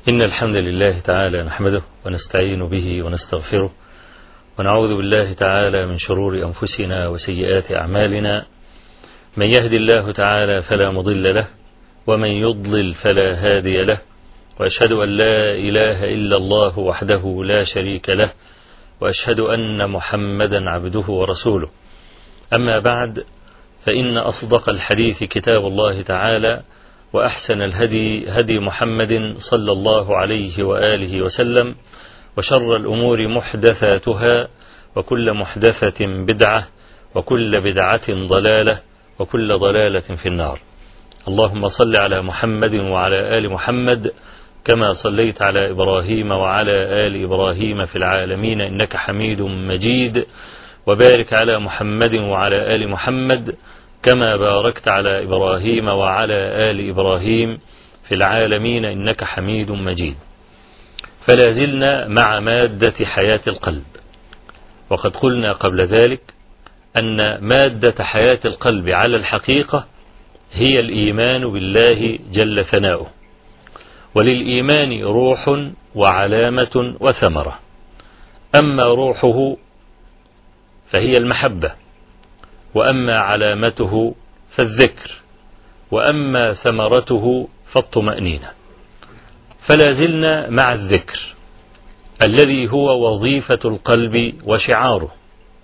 إن الحمد لله تعالى نحمده ونستعين به ونستغفره ونعوذ بالله تعالى من شرور أنفسنا وسيئات أعمالنا. من يهد الله تعالى فلا مضل له ومن يضلل فلا هادي له، وأشهد أن لا إله إلا الله وحده لا شريك له، وأشهد أن محمدا عبده ورسوله. أما بعد، فإن أصدق الحديث كتاب الله تعالى، وأحسن الهدي هدي محمد صلى الله عليه وآله وسلم، وشر الأمور محدثاتها، وكل محدثة بدعة، وكل بدعة ضلالة، وكل ضلالة في النار. اللهم صل على محمد وعلى آل محمد كما صليت على إبراهيم وعلى آل إبراهيم في العالمين إنك حميد مجيد، وبارك على محمد وعلى آل محمد كما باركت على إبراهيم وعلى آل إبراهيم في العالمين إنك حميد مجيد. فلا زلنا مع مادة حياة القلب، وقد قلنا قبل ذلك أن مادة حياة القلب على الحقيقة هي الإيمان بالله جل ثناؤه، وللإيمان روح وعلامة وثمرة. أما روحه فهي المحبة، وأما علامته فالذكر، وأما ثمرته فالطمأنينة. فلا زلنا مع الذكر الذي هو وظيفة القلب وشعاره،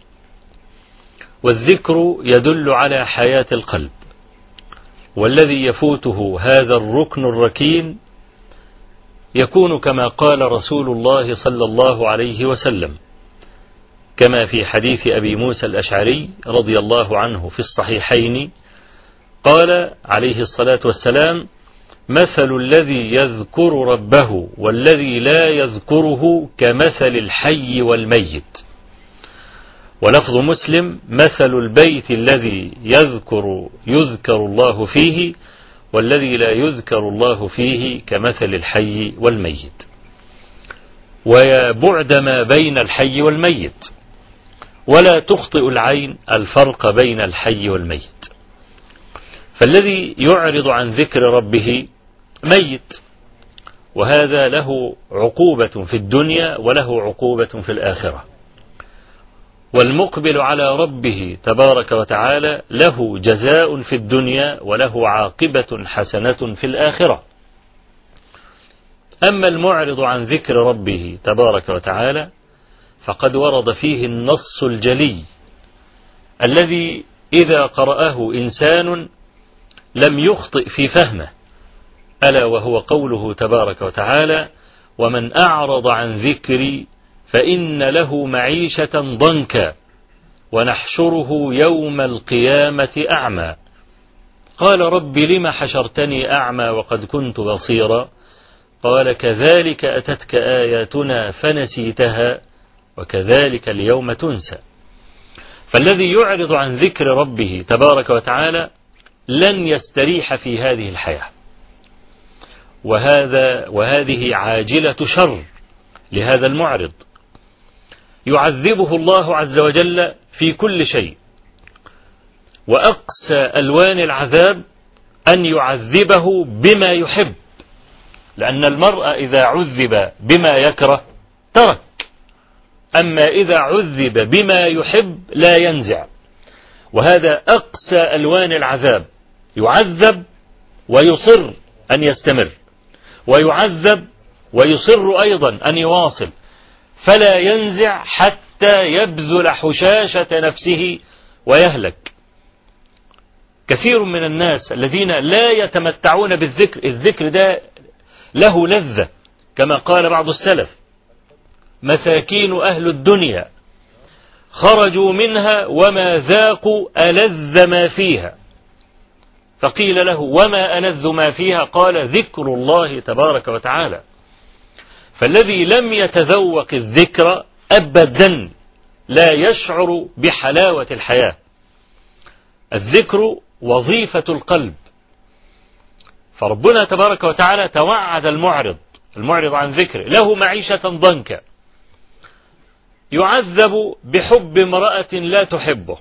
والذكر يدل على حياة القلب، والذي يفوته هذا الركن الركين يكون كما قال رسول الله صلى الله عليه وسلم، كما في حديث أبي موسى الأشعري رضي الله عنه في الصحيحين، قال عليه الصلاة والسلام: مثل الذي يذكر ربه والذي لا يذكره كمثل الحي والميت. ولفظ مسلم: مثل البيت الذي يذكر الله فيه والذي لا يذكر الله فيه كمثل الحي والميت. ويا بعد ما بين الحي والميت، ولا تخطئ العين الفرق بين الحي والميت. فالذي يعرض عن ذكر ربه ميت، وهذا له عقوبة في الدنيا وله عقوبة في الآخرة. والمقبل على ربه تبارك وتعالى له جزاء في الدنيا وله عاقبة حسنة في الآخرة. أما المعرض عن ذكر ربه تبارك وتعالى فقد ورد فيه النص الجلي الذي إذا قرأه إنسان لم يخطئ في فهمه، ألا وهو قوله تبارك وتعالى: ومن أعرض عن ذكري فإن له معيشة ضنكا ونحشره يوم القيامة أعمى. قال رب لم حشرتني أعمى وقد كنت بصيرا؟ قال كذلك أتتك آياتنا فنسيتها وكذلك اليوم تنسى. فالذي يعرض عن ذكر ربه تبارك وتعالى لن يستريح في هذه الحياة، وهذه عاجلة شر لهذا المعرض، يعذبه الله عز وجل في كل شيء. وأقسى ألوان العذاب أن يعذبه بما يحب، لأن المرء إذا عذب بما يكره ترك، أما إذا عذب بما يحب لا ينزع. وهذا أقسى ألوان العذاب، يعذب ويصر أن يستمر، ويعذب ويصر أيضا أن يواصل، فلا ينزع حتى يبذل حشاشة نفسه ويهلك. كثير من الناس الذين لا يتمتعون بالذكر، الذكر ده له لذة، كما قال بعض السلف: مساكين أهل الدنيا خرجوا منها وما ذاقوا ألذ ما فيها. فقيل له: وما ألذ ما فيها؟ قال: ذكر الله تبارك وتعالى. فالذي لم يتذوق الذكر أبدا لا يشعر بحلاوة الحياة. الذكر وظيفة القلب، فربنا تبارك وتعالى توعد المعرض عن ذكره له معيشة ضنكا، يعذب بحب امرأة لا تحبه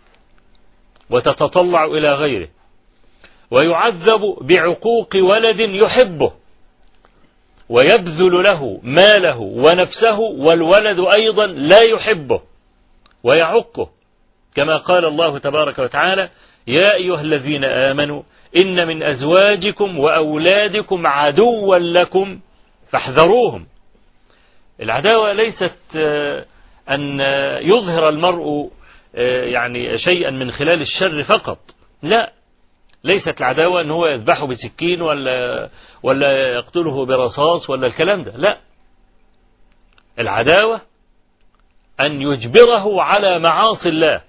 وتتطلع إلى غيره، ويعذب بعقوق ولد يحبه، ويبذل له ماله ونفسه، والولد أيضا لا يحبه ويعقه، كما قال الله تبارك وتعالى: يا أيها الذين آمنوا إن من أزواجكم وأولادكم عدوا لكم فاحذروهم. العداوة ليست أن يظهر المرء يعني شيئا من خلال الشر فقط، لا، ليست العداوة أن هو يذبحه بسكين ولا يقتله برصاص ولا الكلام ده، لا، العداوة أن يجبره على معاصي الله،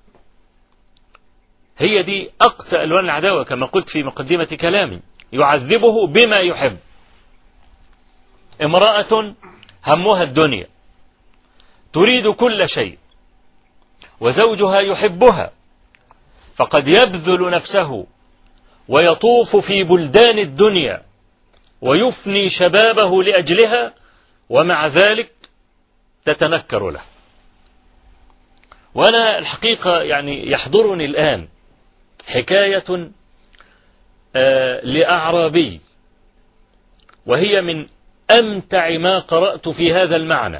هي دي أقسى ألوان العداوة كما قلت في مقدمة كلامي، يعذبه بما يحب. امرأة همها الدنيا تريد كل شيء وزوجها يحبها، فقد يبذل نفسه ويطوف في بلدان الدنيا ويفني شبابه لأجلها، ومع ذلك تتنكر له. وأنا الحقيقة يعني يحضرني الآن حكاية لأعرابي، وهي من أمتع ما قرأت في هذا المعنى.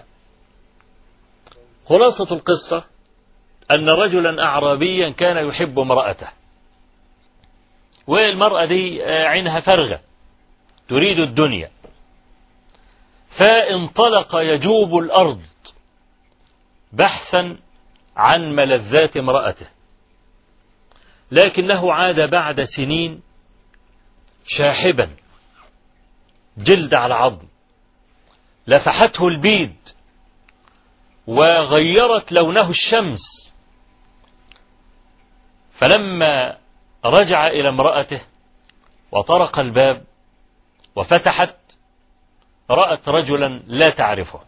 خلاصة القصة أن رجلا أعرابيا كان يحب امرأته، والمرأة دي عينها فرغة تريد الدنيا، فانطلق يجوب الأرض بحثا عن ملذات امرأته، لكنه عاد بعد سنين شاحبا جلد على عظم، لفحته البيد وغيرت لونه الشمس. فلما رجع إلى امرأته وطرق الباب وفتحت، رأت رجلا لا تعرفه،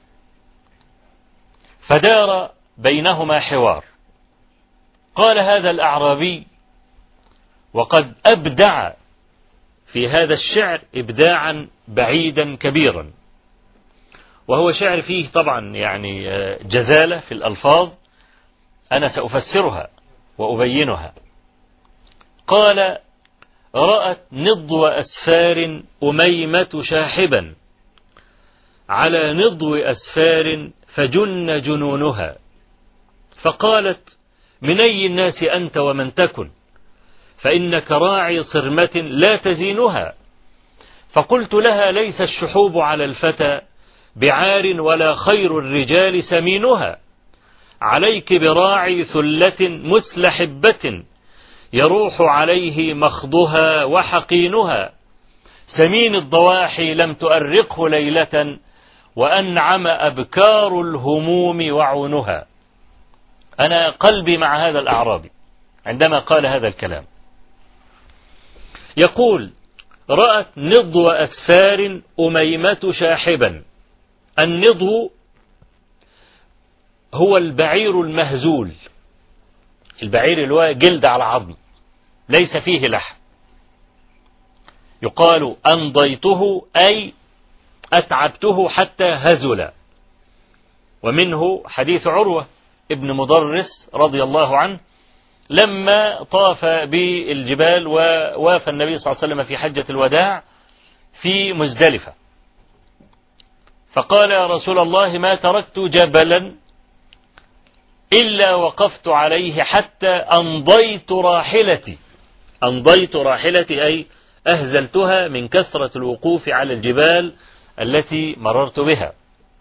فدار بينهما حوار. قال هذا الأعرابي، وقد أبدع في هذا الشعر إبداعا بعيدا كبيرا، وهو شعر فيه طبعا يعني جزالة في الألفاظ، أنا سأفسرها وأبينها. قال: رأت نضو أسفار أميمة شاحبا على نضو أسفار فجن جنونها، فقالت: من أي الناس أنت ومن تكن، فإنك راعي صرمة لا تزينها. فقلت لها: ليس الشحوب على الفتى بعار، ولا خير الرجال سمينها، عليك براعي ثلة مسلحبة يروح عليه مخضها وحقينها، سمين الضواحي لم تؤرقه ليلة، وأنعم أبكار الهموم وعونها. أنا قلبي مع هذا الأعرابي عندما قال هذا الكلام. يقول: رأت نضو أسفار أميمة شاحبا. النضو هو البعير المهزول، البعير اللي هو جلد على عظم ليس فيه لحم. يقال أنضيته أي أتعبته حتى هزل. ومنه حديث عروة ابن مضرس رضي الله عنه لما طاف بالجبال ووافى النبي صلى الله عليه وسلم في حجة الوداع في مزدلفة، فقال: يا رسول الله ما تركت جبلا إلا وقفت عليه حتى أنضيت راحلتي. أنضيت راحلتي أي أهزلتها من كثرة الوقوف على الجبال التي مررت بها.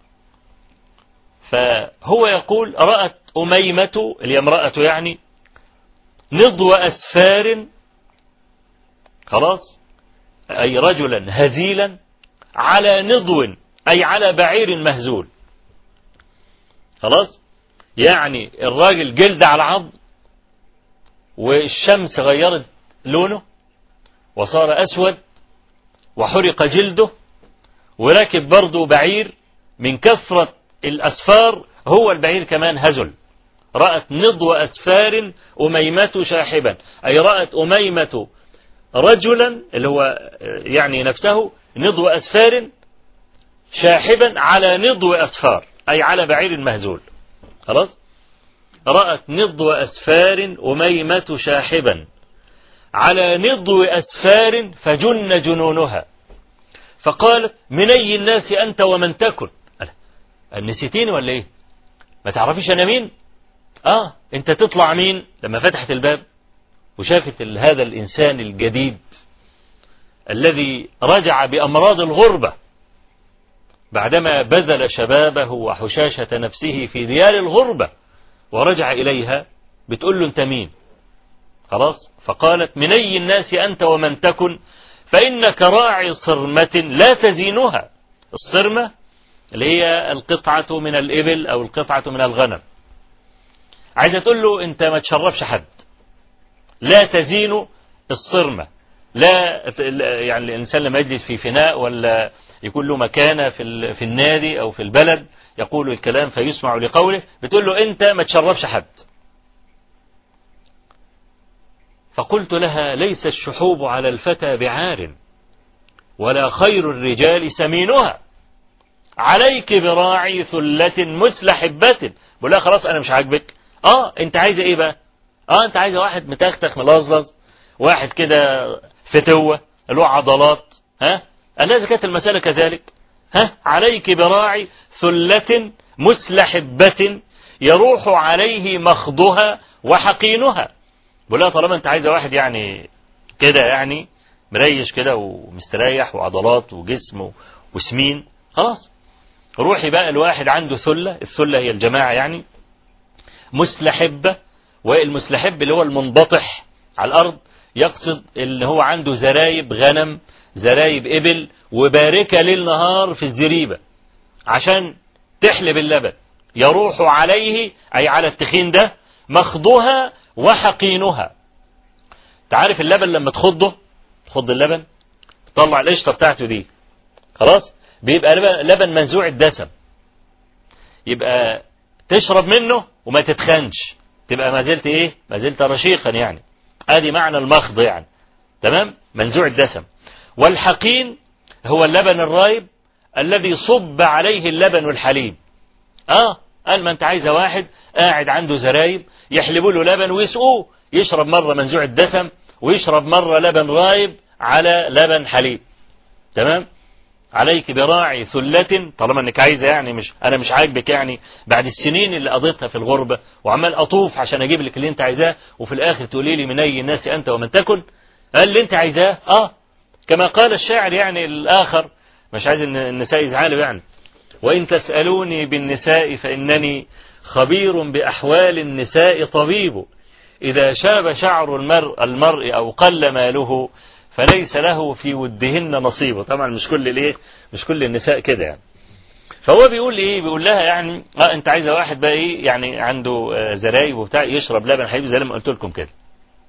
فهو يقول: رأت أميمة، اللي امرأة يعني، نضو أسفار، خلاص، أي رجلا هزيلا، على نضو أي على بعير مهزول، خلاص، يعني الراجل جلد على عظم، والشمس غيرت لونه وصار أسود وحرق جلده، وركب برضه بعير من كثرة الأسفار، هو البعير كمان هزل. رأت نضو أسفار أميمة شاحبا، أي رأت أميمة رجلا اللي هو يعني نفسه نضو أسفار شاحبا على نضو أسفار أي على بعير مهزول، خلاص. رأت نضو أسفار أميمة شاحبا على نضو أسفار فجن جنونها، فقالت من أي الناس أنت ومن تكن؟ نسيتيني ولا إيه؟ ما تعرفيش أنا مين؟ أنت تطلع مين؟ لما فتحت الباب وشافت هذا الإنسان الجديد الذي رجع بأمراض الغربة بعدما بذل شبابه وحشاشة نفسه في ديار الغربة ورجع إليها، بتقول له أنت مين؟ خلاص. فقالت من أي الناس أنت ومن تكن؟ فإنك راعي صرمة لا تزينها. الصرمة اللي هي القطعة من الإبل أو القطعة من الغنم. عايزة تقول له أنت ما تشرفش حد، لا تزين الصرمة. لا يعني الإنسان لما يجلس في فناء ولا يكون له مكانة في النادي أو في البلد يقول الكلام فيسمع لقوله، بتقول له أنت ما تشرفش حد. فقلت لها ليس الشحوب على الفتى بعار ولا خير الرجال سمينها، عليك براعي ثلة مسلحبة. بقول لها خلاص أنا مش عاجبك. أنت عايزة إيه بقى؟ أنت عايزة واحد متختخ ملظلظ، واحد كده فتوة له عضلات. ألا كانت المسألة كذلك؟ عليك براعي ثلة مسلحبة يروح عليه مخضها وحقينها. بقول لها طالما أنت عايزة واحد يعني كده يعني مريش كده ومستريح وعضلات وجسم وسمين، خلاص روحي بقى الواحد عنده ثلة. الثلة هي الجماعة يعني. مسلحبة، والمسلحب اللي هو المنبطح على الأرض، يقصد اللي هو عنده زرايب غنم زرايب إبل وباركة للنهار في الزريبة عشان تحلب اللبن، يروح عليه أي على التخين ده مخضها وحقينها. تعرف اللبن لما تخض اللبن تطلع القشطة بتاعته دي، خلاص بيبقى لبن منزوع الدسم، يبقى تشرب منه وما تتخنش، تبقى ما زلت ايه؟ ما زلت رشيقا يعني. ادي معنى المخض يعني. تمام؟ منزوع الدسم. والحقين هو اللبن الرايب الذي صب عليه اللبن والحليب. قال ما انت عايزه واحد قاعد عنده زرايب يحلبوا له لبن ويسقوه، يشرب مرة منزوع الدسم ويشرب مرة لبن رايب على لبن حليب. تمام؟ عليك براعي ثلة، طالما انك عايزه يعني انا مش عاجبك يعني بعد السنين اللي قضيتها في الغربة وعمال اطوف عشان اجيب لك اللي انت عايزاه وفي الاخر تقولي لي من اي الناس انت ومن تكن؟ قال اللي انت عايزاه. كما قال الشاعر يعني الاخر، مش عايز النساء يزعلوا يعني، وان تسألوني بالنساء فانني خبير باحوال النساء طبيب، اذا شاب شعر المرء او قل ماله فليس له في ودهن نصيبه. طبعا مش كل النساء كده يعني. فهو بيقول ايه؟ بيقول لها يعني انت عايزه واحد بقى ايه يعني عنده زرايب وبتاع يشرب لبن حليب زي ما قلت لكم كده.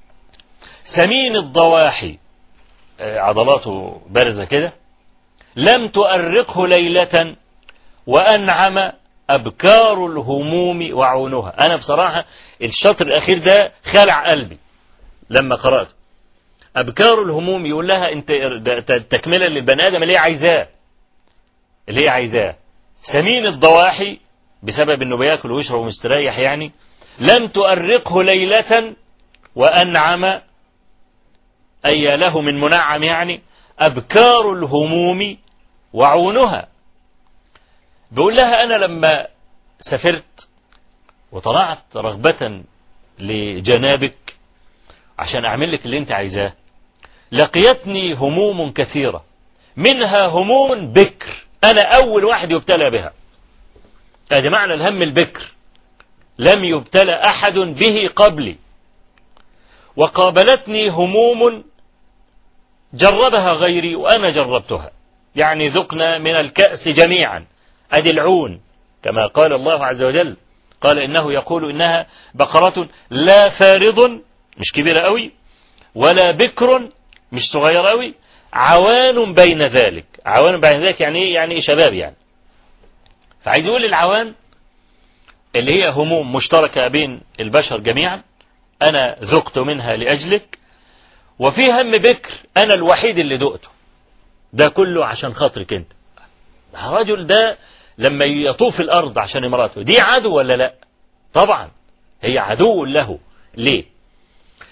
سمين الضواحي، عضلاته بارزه كده، لم تؤرقه ليلة وأنعم أبكار الهموم وعونها. أنا بصراحة الشطر الأخير ده خلع قلبي لما قرأته. أبكار الهموم يقول لها أنت تكملة للبني آدم اللي هي عايزاه. سمين الضواحي بسبب أنه بياكل ويشرب ومستريح يعني، لم تؤرقه ليلة وأنعم أي له من منعم يعني أبكار الهموم وعونها. بيقول لها أنا لما سافرت وطلعت رغبة لجنابك عشان أعمل لك اللي أنت عايزاه، لقيتني هموم كثيرة، منها هموم بكر أنا أول واحد يبتلى بها. هذا معنى الهم البكر، لم يبتلى أحد به قبلي. وقابلتني هموم جربها غيري وأنا جربتها، يعني ذقنا من الكأس جميعا. أدي العون كما قال الله عز وجل، قال إنه يقول إنها بقرة لا فارض مش كبيرة قوي ولا بكر مش صغيرة قوي، عوان بين ذلك. عوان بين ذلك يعني إيه؟ يعني شباب يعني. فعايز يقول العوان اللي هي هموم مشتركة بين البشر جميعا، أنا ذقت منها لأجلك. وفي هم بكر أنا الوحيد اللي ذقته، ده كله عشان خاطرك أنت. الرجل ده لما يطوف الأرض عشان امراته دي عدو ولا لا؟ طبعا هي عدو له. ليه؟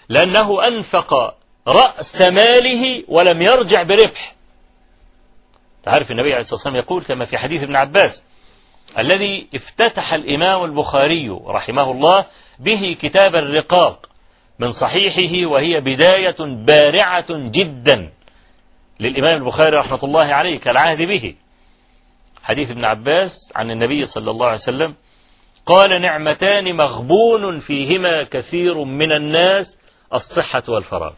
لأنه أنفق رأس ماله ولم يرجع بربح. تعرف النبي عليه الصلاة والسلام يقول كما في حديث ابن عباس الذي افتتح الإمام البخاري رحمه الله به كتاب الرقاق من صحيحه، وهي بداية بارعة جدا للإمام البخاري رحمة الله عليه كالعهد به. حديث ابن عباس عن النبي صلى الله عليه وسلم قال: نعمتان مغبون فيهما كثير من الناس، الصحة والفراغ.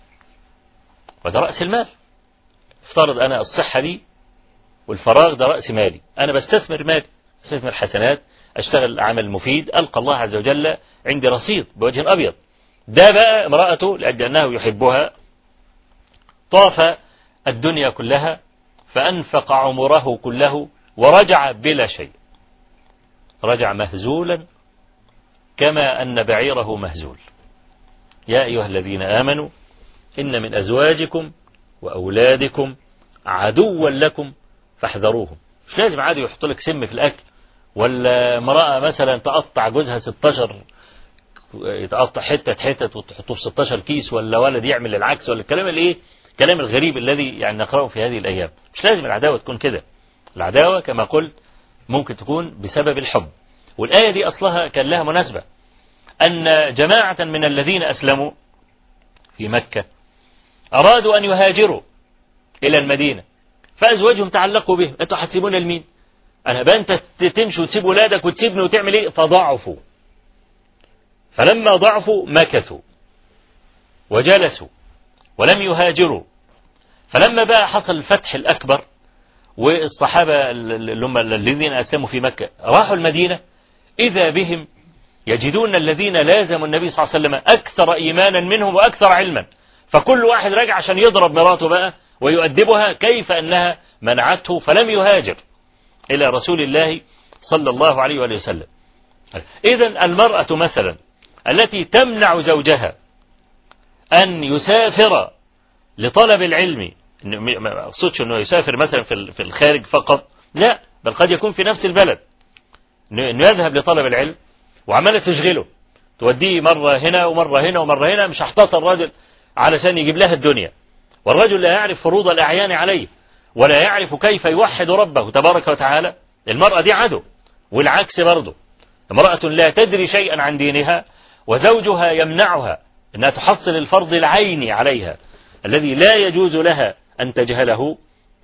وده رأس المال. افترض أنا الصحة دي والفراغ ده رأس مالي، أنا بستثمر مالي، بستثمر حسنات، أشتغل عمل مفيد، ألقى الله عز وجل عندي رصيد بوجه أبيض. ده بقى امرأته لأنه يحبها طاف الدنيا كلها فأنفق عمره كله ورجع بلا شيء، رجع مهزولا كما أن بعيره مهزول. يا أيها الذين آمنوا إن من أزواجكم وأولادكم عدوا لكم فاحذروهم. مش لازم عادي يحط لك سم في الأكل، ولا امرأة مثلا تقطع جوزها 16 يتقطع حتة وتحطه في 16 كيس، ولا ولد يعمل العكس، ولا الكلام الايه، الكلام الغريب الذي يعني نقرأه في هذه الأيام. مش لازم العداوة تكون كده. العداوة كما قلت ممكن تكون بسبب الحب. والآية دي أصلها كان لها مناسبة، أن جماعة من الذين أسلموا في مكة أرادوا أن يهاجروا إلى المدينة، فأزواجهم تعلقوا بهم. أنتوا هتسيبونا لمين؟ أنا بقى أنت تمشي وتسيب ولادك وتسيبني وتعمل إيه؟ فضعفوا. فلما ضعفوا مكثوا وجلسوا ولم يهاجروا. فلما بقى حصل الفتح الأكبر والصحابة اللي هم الذين أسلموا في مكة راحوا المدينة، إذا بهم يجدون الذين لازموا النبي صلى الله عليه وسلم أكثر إيمانا منهم وأكثر علما. فكل واحد رجع عشان يضرب مراته بقى ويؤدبها كيف أنها منعته فلم يهاجر إلى رسول الله صلى الله عليه وآله وسلم. إذن المرأة مثلا التي تمنع زوجها أن يسافر لطلب العلم، ما أقصدش أنه يسافر مثلا في الخارج فقط، لا، بل قد يكون في نفس البلد، أنه يذهب لطلب العلم وعمالة تشغله، توديه مرة هنا ومرة هنا ومرة هنا، مش هحتاط الراجل علشان يجيب لها الدنيا، والرجل لا يعرف فروض الأعيان عليه ولا يعرف كيف يوحد ربه تبارك وتعالى. المرأة دي عدو. والعكس برضه، امرأة لا تدري شيئا عن دينها وزوجها يمنعها أنها تحصل الفرض العيني عليها الذي لا يجوز لها أن تجهله،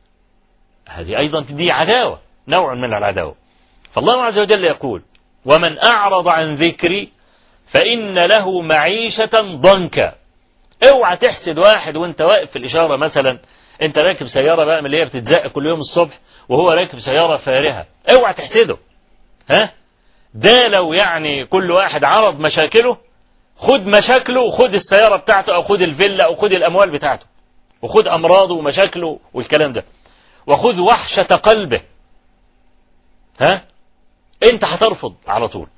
هذه أيضا دي عداوة، نوع من العداوة. فالله عز وجل يقول: ومن أعرض عن ذكري فإن له معيشة ضنكا. اوعى تحسد واحد وانت واقف في الإشارة مثلا، انت راكب سيارة بقى من اللي هي بتتزق كل يوم الصبح وهو راكب سيارة فارهة، اوعى تحسده. ها، ده لو يعني كل واحد عرض مشاكله، خد مشاكله وخد السيارة بتاعته أو خد الفيلا أو خد الأموال بتاعته وخد أمراضه ومشاكله والكلام ده، وخد وحشة قلبه. ها، انت هترفض على طول.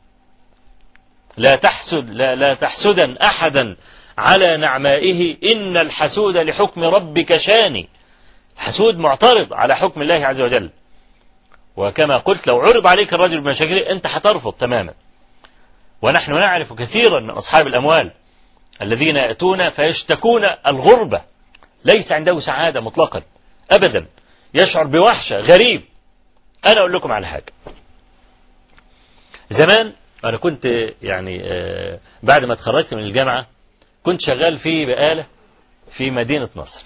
لا تحسدا أحدا على نعمائه إن الحسود لحكم ربك شاني. حسود معترض على حكم الله عز وجل. وكما قلت لو عرض عليك الرجل بمشاكله أنت هترفض تماما. ونحن نعرف كثيرا من أصحاب الأموال الذين يأتون فيشتكون الغربة، ليس عنده سعادة مطلقا أبدا، يشعر بوحشة غريب. أنا أقول لكم على حاجة. زمان أنا كنت يعني بعد ما اتخرجت من الجامعة كنت شغال في بقالة في مدينة نصر،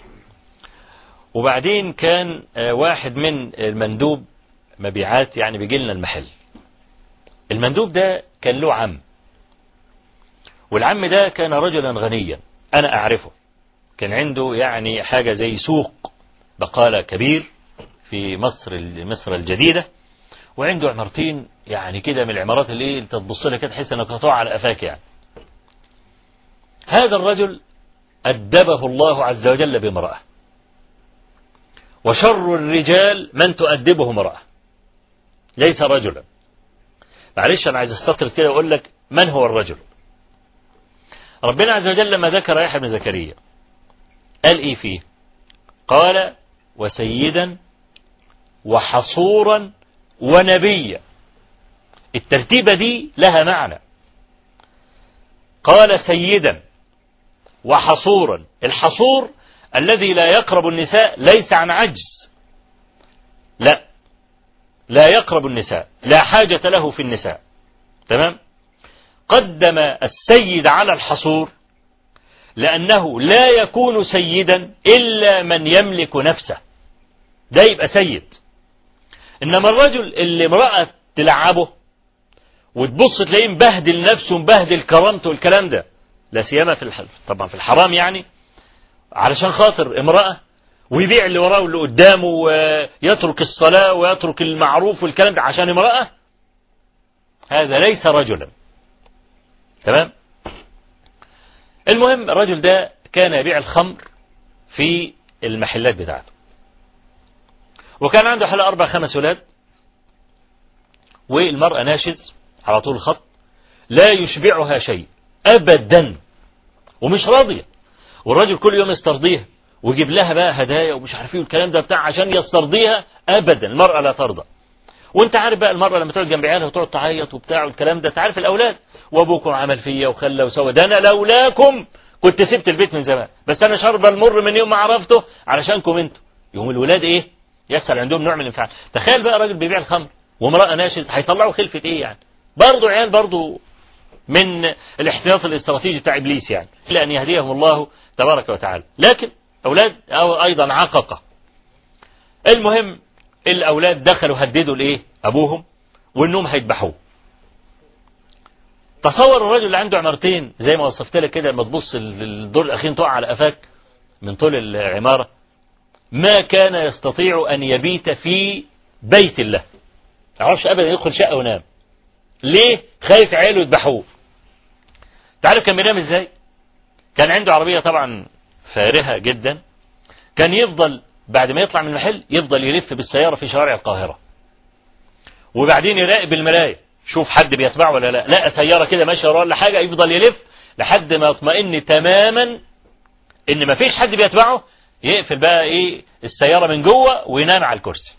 وبعدين كان واحد من المندوب مبيعات يعني بيجي لنا المحل. المندوب ده كان له عم، والعم ده كان رجلا غنيا أنا أعرفه، كان عنده يعني حاجة زي سوق بقالة كبير في مصر الجديدة، وعنده عمارتين يعني كده من العمارات اللي تتبص لها كده تحس انك هتقع على قفاك يعني. هذا الرجل أدبه الله عز وجل بامرأة، وشر الرجال من تؤدبه امرأة ليس رجلا. معلش أنا عايز استطرد كده وأقول لك من هو الرجل. ربنا عز وجل لما ذكر يحيى بن زكريا قال إيه فيه؟ قال: وسيدا وحصورا ونبيا. الترتيبة دي لها معنى. قال سيدا وحصورا. الحصور الذي لا يقرب النساء ليس عن عجز، لا يقرب النساء، لا حاجة له في النساء. تمام. قدم السيد على الحصور لأنه لا يكون سيدا إلا من يملك نفسه، ده يبقى سيد. إنما الرجل اللي امرأة تلعبه وتبص تلاقيه مبهدل نفسه مبهدل كرامته والكلام ده، لا سيما طبعا في الحرام يعني، علشان خاطر امرأة، ويبيع اللي وراه واللي قدامه ويترك الصلاة ويترك المعروف والكلام ده عشان امرأة، هذا ليس رجلا. تمام. المهم الرجل ده كان يبيع الخمر في المحلات بتاعته، وكان عنده حوالي 4-5 ولاد، والمرأة ناشز على طول الخط، لا يشبعها شيء أبدا ومش راضية، والراجل كل يوم يسترضيها ويجيب لها بقى هدايا ومش عارف ايه والكلام ده بتاع عشان يسترضيها، أبدا المرأة لا ترضى. وانت عارف بقى المرأة لما تقعد جنب عيالها وتقعد تعيط وبتاع والكلام ده، تعرف الأولاد، وابوكم عمل فيا وخلى وسوى، ده انا لولاكم كنت سبت البيت من زمان، بس انا شرب المر من يوم ما عرفته علشانكم انتوا. يوم الولاد ايه يسأل عندهم نوع من الانفعال. تخيل بقى راجل بيبيع الخمر وامرأة ناشز، هيطلعوا خلفة ايه يعني؟ برضه عيال برضه من الاحتياط الاستراتيجي بتاع ابليس يعني، الا ان يهديهم الله تبارك وتعالى، لكن اولاد او ايضا عققة. المهم الاولاد دخلوا هددوا الايه ابوهم وانهم هيذبحوه. تصور الرجل اللي عنده عمارتين زي ما وصفت لك كده، لما تبص الدور الاخير تقع على قفاك من طول العمارة، ما كان يستطيع ان يبيت في بيت الله، ما يعرفش ابدا يدخل شقة ونام. ليه؟ خايف عياله يذبحوه. تعرف كان بينام ازاي؟ كان عنده عربية طبعا فارهة جدا، كان يفضل بعد ما يطلع من المحل يفضل يلف بالسيارة في شوارع القاهرة، وبعدين يراقب المراية شوف حد بيتبعه ولا لا، لقى سيارة كده ماشية وراه ولا حاجة يفضل يلف لحد ما يطمئن تماما ان ما فيش حد بيتبعه، يقفل بقى ايه السيارة من جوه وينام على الكرسي.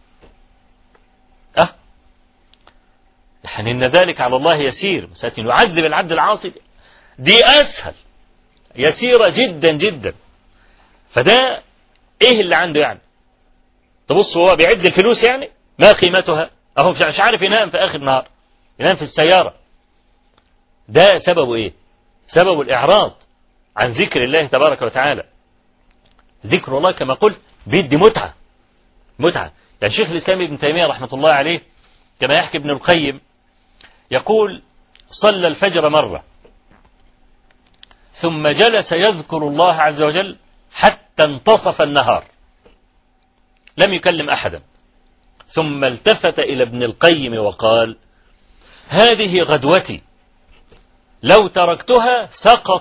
يعني ان ذلك على الله يسير، ساتن يعذب العبد العاصي دي اسهل، يسيرة جدا جدا. فده ايه اللي عنده يعني؟ تبص هو بيعد الفلوس يعني ما قيمتها، اهو مش عارف ينام في اخر النهار، ينام في السيارة. ده سببه ايه؟ سببه الاعراض عن ذكر الله تبارك وتعالى. ذكر الله كما قلت بيدي متعة. يعني شيخ الاسلام ابن تيمية رحمة الله عليه كما يحكي ابن القيم يقول: صلى الفجر مرة ثم جلس يذكر الله عز وجل حتى انتصف النهار، لم يكلم أحدا، ثم التفت إلى ابن القيم وقال: هذه غدوتي، لو تركتها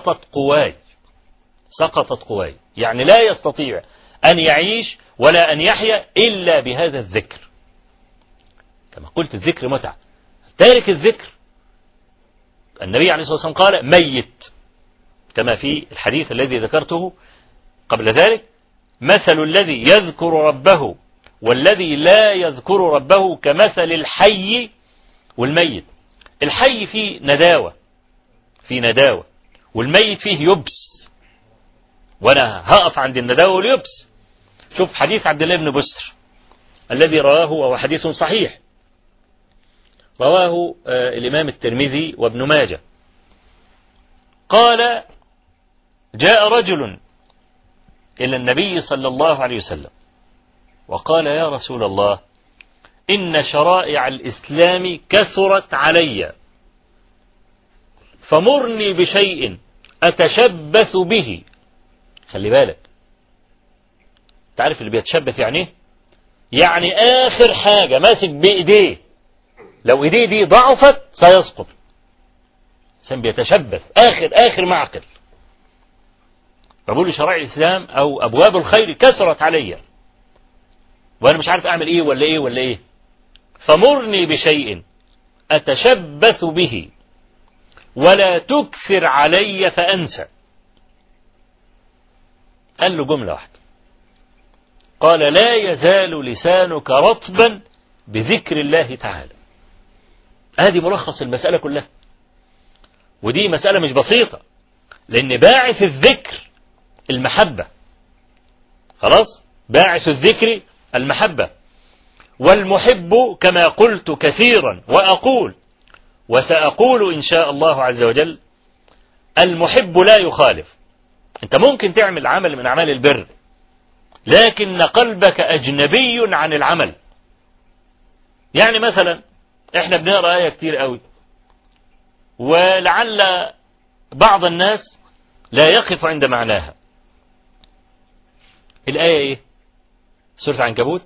سقطت قواي، يعني لا يستطيع أن يعيش ولا أن يحيا إلا بهذا الذكر. كما قلت الذكر متعة. تارك الذكر النبي عليه الصلاة والسلام قال ميت، كما في الحديث الذي ذكرته قبل ذلك: مثل الذي يذكر ربه والذي لا يذكر ربه كمثل الحي والميت. الحي فيه نداوة، والميت فيه يبس، وانا هقف عند النداوة واليبس. شوف حديث عبد الله بن بسر الذي رواه وهو حديث صحيح، رواه الإمام الترمذي وابن ماجه، قال: جاء رجل إلى النبي صلى الله عليه وسلم وقال: يا رسول الله، إن شرائع الإسلام كثرت علي، فمرني بشيء أتشبث به. خلي بالك، تعرف اللي بيتشبث يعني يعني آخر حاجة ماسك بإيديه، لو إيديه دي ضعفت سيسقط. سن بيتشبث آخر معقل. فبقول شرائع الإسلام أو أبواب الخير كثرت علي وأنا مش عارف أعمل إيه ولا إيه، فمرني بشيء أتشبث به ولا تكثر علي فأنسى. قال له جملة واحدة، قال: لا يزال لسانك رطبا بذكر الله تعالى. هذه ملخص المسألة كلها، ودي مسألة مش بسيطة، لأن باعث الذكر المحبة. خلاص، باعث الذكر المحبة، والمحب كما قلت كثيرا وأقول وسأقول إن شاء الله عز وجل، المحب لا يخالف. أنت ممكن تعمل عمل من أعمال البر لكن قلبك أجنبي عن العمل. يعني مثلا احنا بنقرأ آية كتير قوي، ولعل بعض الناس لا يقف عند معناها. الآية ايه؟ سورة العنكبوت: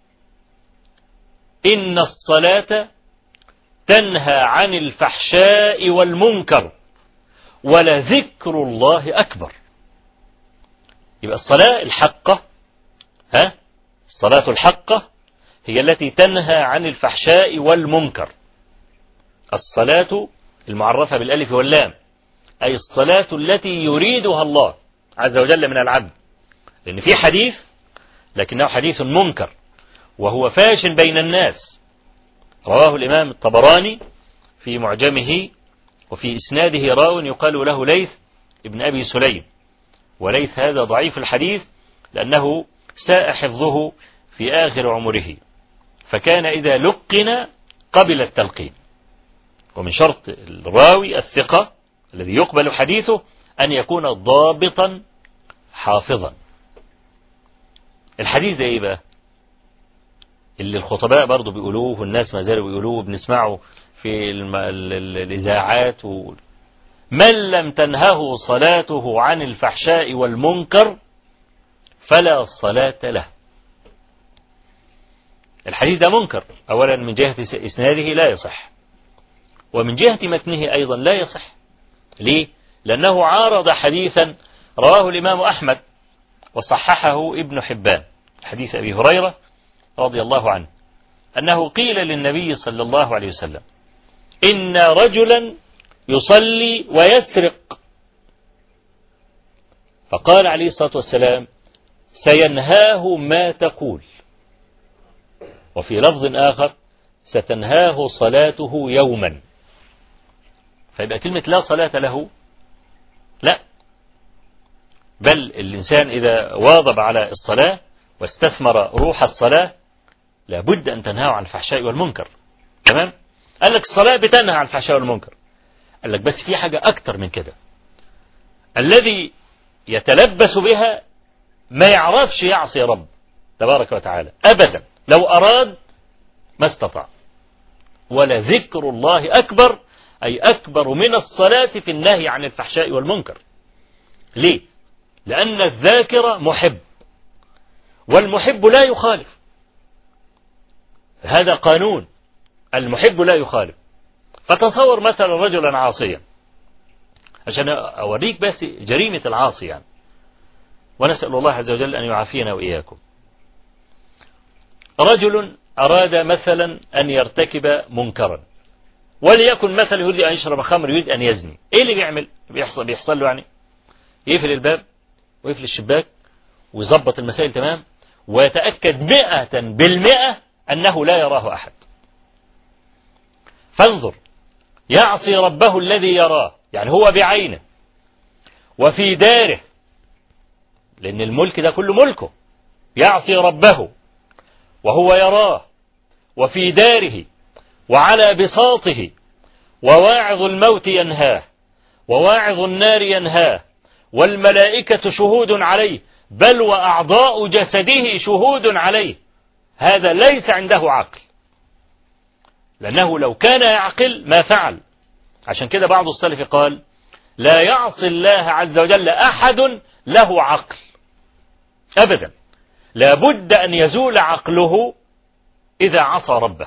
إن الصلاة تنهى عن الفحشاء والمنكر ولذكر الله أكبر. يبقى الصلاة الحقة، الصلاة الحقة هي التي تنهى عن الفحشاء والمنكر. الصلاة المعرفة بالألف واللام، أي الصلاة التي يريدها الله عز وجل من العبد. لأن في حديث لكنه حديث منكر وهو فاش بين الناس، رواه الإمام الطبراني في معجمه، وفي إسناده راو يقال له ليث ابن أبي سليم، وليث هذا ضعيف الحديث لأنه ساء حفظه في آخر عمره، فكان إذا لقن قبل التلقين. ومن شرط الراوي الثقة الذي يقبل حديثه أن يكون ضابطا حافظا. الحديث ده إيه بقى؟ اللي الخطباء برضو بيقولوه والناس ما زالوا بيقولوه، بنسمعه في الإذاعات: من لم تنهه صلاته عن الفحشاء والمنكر فلا صلاة له. الحديث ده منكر، أولا من جهة إسناده لا يصح، ومن جهة متنه أيضا لا يصح. ليه؟ لأنه عارض حديثا رواه الإمام أحمد وصححه ابن حبان، حديث أبي هريرة رضي الله عنه، أنه قيل للنبي صلى الله عليه وسلم: إن رجلا يصلي ويسرق، فقال عليه الصلاة والسلام: سينهاه ما تقول. وفي لفظ آخر: ستنهاه صلاته يوما. فيبقى كلمة لا صلاة له لا، بل الإنسان إذا واظب على الصلاة واستثمر روح الصلاة لابد أن تنهاه عن الفحشاء والمنكر. تمام؟ قال لك الصلاة بتنهى عن الفحشاء والمنكر، قال لك بس في حاجة أكتر من كده. الذي يتلبس بها ما يعرفش يعصي رب تبارك وتعالى أبدا، لو أراد ما استطاع. ولذكر الله أكبر، أي أكبر من الصلاة في النهي عن الفحشاء والمنكر. ليه؟ لأن الذاكر محب، والمحب لا يخالف. هذا قانون، المحب لا يخالف. فتصور مثلا رجلا عاصيا، عشان أوريك بس جريمة العاصي يعني، ونسأل الله عز وجل أن يعافينا وإياكم. رجل أراد مثلا أن يرتكب منكرا، وليكن مثلا يريد أن يشرب خمر، يريد أن يزني. إيه اللي بيعمل؟ بيحصل له يعني يقفل الباب ويقفل الشباك ويظبط المسائل تمام، ويتأكد 100% أنه لا يراه أحد. فانظر، يعصي ربه الذي يراه، يعني هو بعينه وفي داره، لأن الملك ده كله ملكه. يعصي ربه وهو يراه وفي داره وعلى بساطه، وواعظ الموت ينهاه وواعظ النار ينهاه، والملائكة شهود عليه، بل وأعضاء جسده شهود عليه. هذا ليس عنده عقل، لأنه لو كان يعقل ما فعل. عشان كده بعض السلف قال: لا يعصي الله عز وجل أحد له عقل أبدا، لابد أن يزول عقله إذا عصى ربه.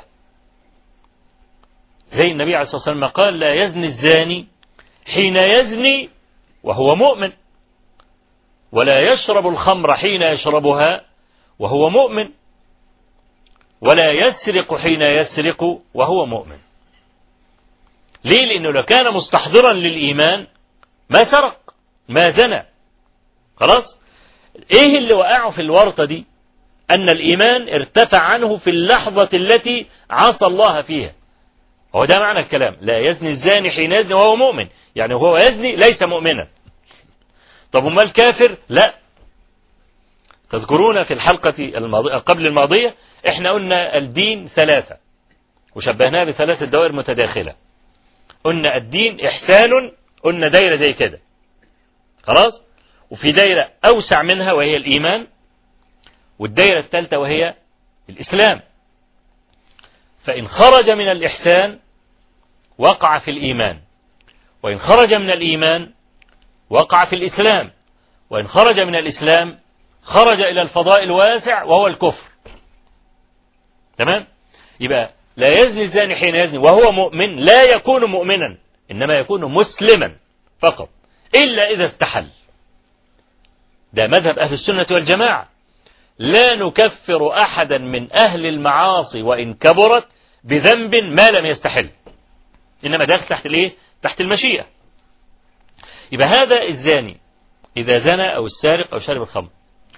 زي النبي عليه الصلاة والسلام قال: لا يزني الزاني حين يزني وهو مؤمن، ولا يشرب الخمر حين يشربها وهو مؤمن، ولا يسرق حين يسرق وهو مؤمن. ليه؟ لأنه لو كان مستحضرا للإيمان ما سرق ما زنى. خلاص؟ إيه اللي وقعه في الورطة دي؟ أن الإيمان ارتفع عنه في اللحظة التي عصى الله فيها. هو ده معنى الكلام: لا يزني الزاني حين يزني وهو مؤمن، يعني هو يزني ليس مؤمنا. طب وما الكافر؟ لا، تذكرون في الحلقة قبل الماضية احنا قلنا الدين ثلاثة، وشبهناه بثلاثة دوائر متداخلة. قلنا الدين إحسان، قلنا دايرة زي كده خلاص، وفي دايرة أوسع منها وهي الإيمان، والدايرة الثالثة وهي الإسلام. فإن خرج من الإحسان وقع في الإيمان، وإن خرج من الإيمان وقع في الإسلام، وإن خرج من الإسلام خرج إلى الفضاء الواسع وهو الكفر. تمام؟ يبقى لا يزني الزاني حين يزني وهو مؤمن، لا يكون مؤمنا، إنما يكون مسلما فقط، إلا إذا استحل. ده مذهب أهل السنة والجماعة، لا نكفر أحدا من أهل المعاصي وإن كبرت بذنب ما لم يستحل، إنما داخل تحت الإيه؟ تحت المشيئة. يبقى هذا الزاني إذا زنى أو السارق أو شرب الخمر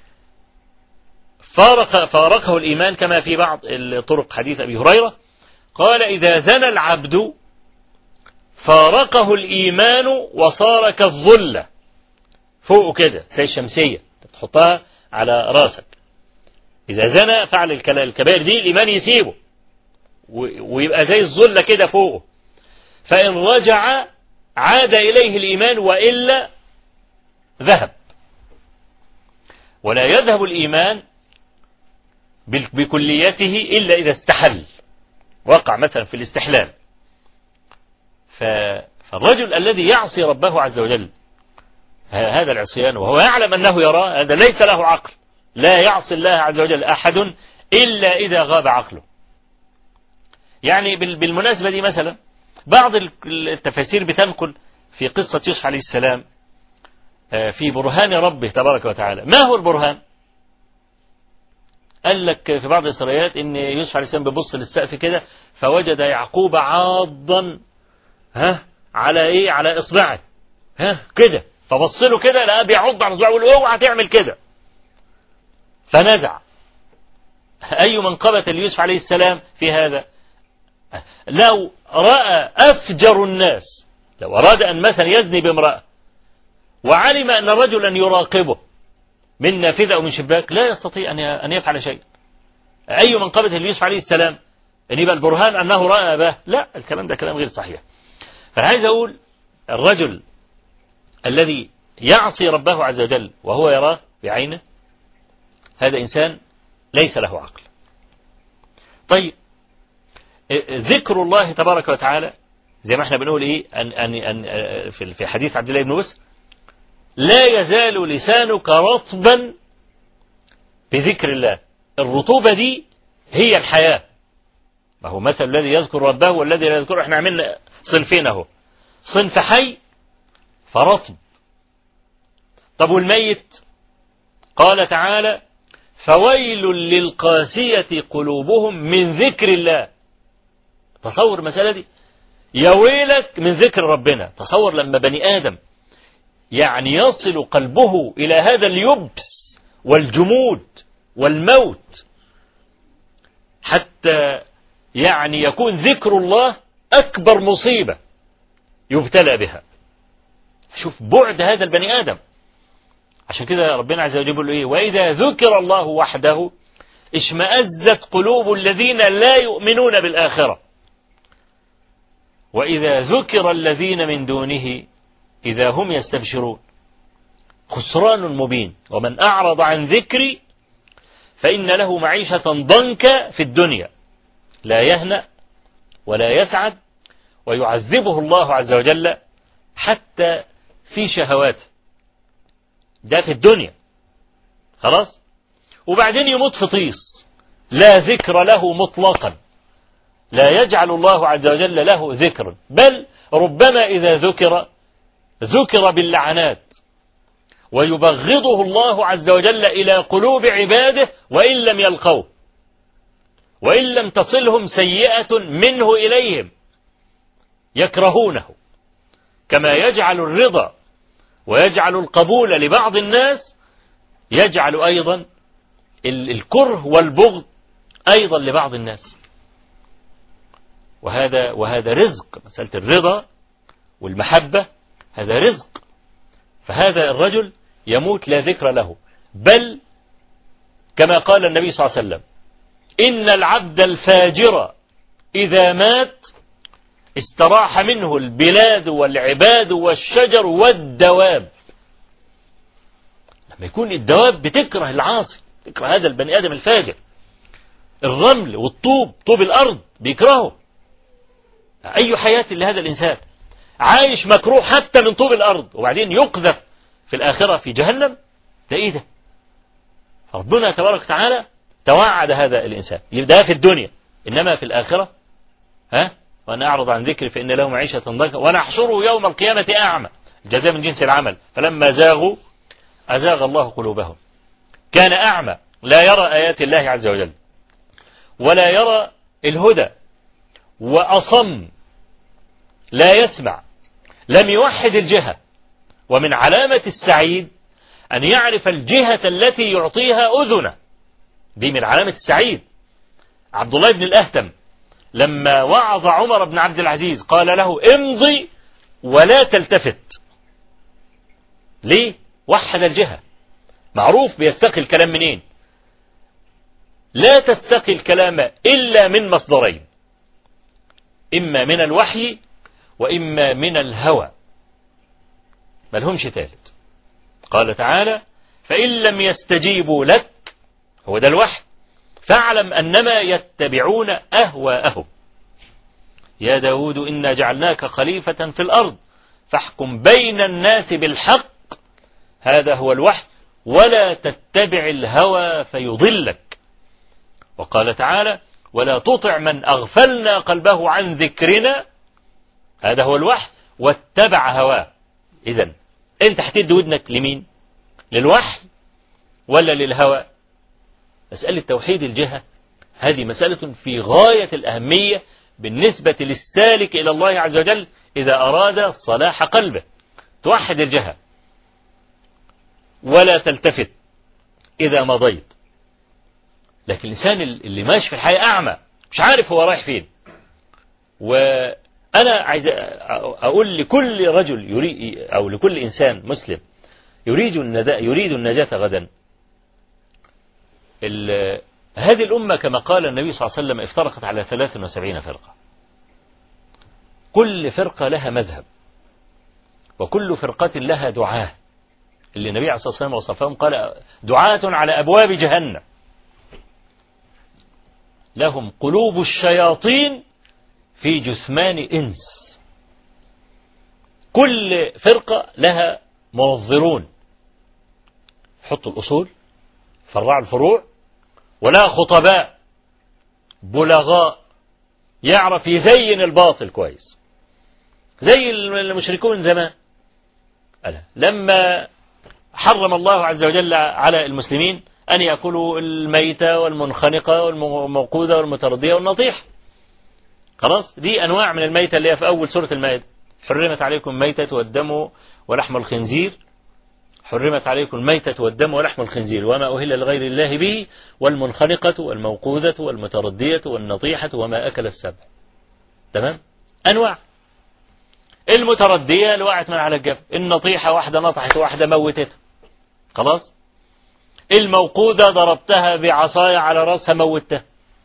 فارقه الإيمان، كما في بعض الطرق حديث أبي هريرة قال: إذا زنى العبد فارقه الإيمان وصار كالظلة، فوقه كده زي الشمسية تحطها على راسك. إذا زنى فعل الكبائر دي الإيمان يسيبه ويبقى زي الظلة كده فوقه، فإن رجع عاد إليه الإيمان وإلا ذهب. ولا يذهب الإيمان بكليته إلا إذا استحل، وقع مثلا في الاستحلال. فالرجل الذي يعصي ربه عز وجل هذا العصيان وهو يعلم أنه يراه، هذا ليس له عقل، لا يعصي الله عز وجل أحد إلا إذا غاب عقله. يعني بالمناسبة دي مثلا بعض التفاسير بتنقل في قصة يوسف عليه السلام في برهان ربه تبارك وتعالى. ما هو البرهان؟ قال لك في بعض الإسرائيليات إن يوسف عليه السلام بيبص للسقف كده فوجد يعقوب عاضا على إيه؟ على إصبعه كده، فبص له كده لقاه بيعض على إصبعه ويقول اوعى تعمل كده، فنزع. أي منقبة ليوسف عليه السلام في هذا؟ لو رأى أفجر الناس، لو أراد أن مثلا يزني بامرأة وعلم أن رجلا يراقبه من نافذة أو من شباك، لا يستطيع أن يفعل شيء. أي منقبة ليوسف عليه السلام أن يبقى البرهان أنه رأى أباه؟ لا، الكلام ده كلام غير صحيح. فعايز أقول الرجل الذي يعصي ربه عز وجل وهو يراه بعينه، هذا إنسان ليس له عقل. طيب، ذكر الله تبارك وتعالى زي ما احنا بنقول ايه في حديث عبد الله بن مسعود: لا يزال لسانك رطبا بذكر الله. الرطوبة دي هي الحياة. ما هو مثل الذي يذكر ربه والذي لا يذكره. احنا عملنا صنفين اهو، صنف حي فرطب. طب والميت؟ قال تعالى: فويل للقاسية قلوبهم من ذكر الله. تصور المسألة دي، يا ويلك من ذكر ربنا. تصور لما بني آدم يعني يصل قلبه إلى هذا اليبس والجمود والموت حتى يعني يكون ذكر الله أكبر مصيبة يبتلى بها. شوف بعد هذا البني آدم. عشان كده ربنا عز وجل يقول إيه: وإذا ذكر الله وحده اشمأزت قلوب الذين لا يؤمنون بالآخرة وإذا ذكر الذين من دونه إذا هم يستبشرون. خسران مبين. ومن أعرض عن ذكري فإن له معيشة ضنكا في الدنيا لا يهنأ ولا يسعد ويعذبه الله عز وجل حتى في شهواته. ده في الدنيا خلاص، وبعدين يموت في طيس لا ذكر له مطلقا، لا يجعل الله عز وجل له ذكر، بل ربما إذا ذكر باللعنات ويبغضه الله عز وجل إلى قلوب عباده وإن لم يلقوه، وإن لم تصلهم سيئة منه إليهم يكرهونه، كما يجعل الرضا ويجعل القبول لبعض الناس يجعل أيضا الكره والبغض أيضا لبعض الناس. وهذا رزق. مسألة الرضا والمحبة هذا رزق. فهذا الرجل يموت لا ذكر له، بل كما قال النبي صلى الله عليه وسلم: إن العبد الفاجر إذا مات استراح منه البلاد والعباد والشجر والدواب. لما يكون الدواب بتكره العاصي، تكره هذا البني آدم الفاجر، الرمل والطوب، طوب الأرض بيكرهه. أي حياة لهذا الإنسان عايش مكروه حتى من طوب الأرض، وبعدين يقذف في الآخرة في جهنم. ده إيه ده؟ ربنا تبارك وتعالى توعد هذا الإنسان، ده في الدنيا. إنما في الآخرة وأن أعرض عن ذكري فإن له معيشة ضنكا ونحشره يوم القيامة أعمى. الجزاء من جنس العمل. فلما زاغوا أزاغ الله قلوبهم. كان أعمى لا يرى آيات الله عز وجل ولا يرى الهدى، وأصم لا يسمع، لم يوحد الجهة. ومن علامة السعيد أن يعرف الجهة التي يعطيها أذنه، دي من علامة السعيد. عبد الله بن الأهتم لما وعظ عمر بن عبد العزيز قال له: امضي ولا تلتفت. ليه؟ وحد الجهة. معروف بيستقي الكلام منين؟ لا تستقي الكلام إلا من مصدرين: إما من الوحي وإما من الهوى، ملهمش ثالث. قال تعالى: فإن لم يستجيبوا لك، هو ده الوحي، فاعلم أنما يتبعون أهواءهم. يا داود إنا جعلناك خليفة في الأرض فاحكم بين الناس بالحق، هذا هو الوحي، ولا تتبع الهوى فيضلك. وقال تعالى: ولا تطع من أغفلنا قلبه عن ذكرنا، هذا هو الوحي، واتبع هواه. إذن أنت هتدي ودنك لمين؟ للوحي ولا للهوى؟ مسألة توحيد الجهة هذه مسألة في غاية الأهمية بالنسبة للسالك إلى الله عز وجل إذا أراد صلاح قلبه. توحد الجهة ولا تلتفت إذا مضيت. لكن الإنسان اللي ماشي في الحياة أعمى مش عارف هو رايح فين. وأنا عايز أقول لكل رجل يريد أو لكل إنسان مسلم يريد النجاة غدا، هذه الأمة كما قال النبي صلى الله عليه وسلم افترقت على 73 فرقة، كل فرقة لها مذهب، وكل فرقة لها دعاة، اللي النبي عليه الصلاة والسلام وصفهم قال: دعاة على أبواب جهنم لهم قلوب الشياطين في جثمان إنس. كل فرقة لها منظرون، حطوا الأصول، فرعوا الفروع، ولا خطباء بلغاء يعرف يزين الباطل كويس، زي المشركون زمان. لما حرم الله عز وجل على المسلمين أن يأكلوا الميتة والمنخنقة والموقوذة والمتردية والنطيح، خلاص دي أنواع من الميتة اللي هي في أول سورة المائدة: حرمت عليكم الميتة والدم ولحم الخنزير، حرمت عليكم الميتة والدم ولحم الخنزير وما أهل لغير الله به، والمنخنقة والموقوذة والمتردية والنطيحة وما أكل السبع. تمام؟ أنواع. المتردية اللي وقعت من على الجبل، النطيحة واحدة نطحت واحدة موتتها، خلاص. الموقوذة ضربتها بعصاية على رأسها موتها،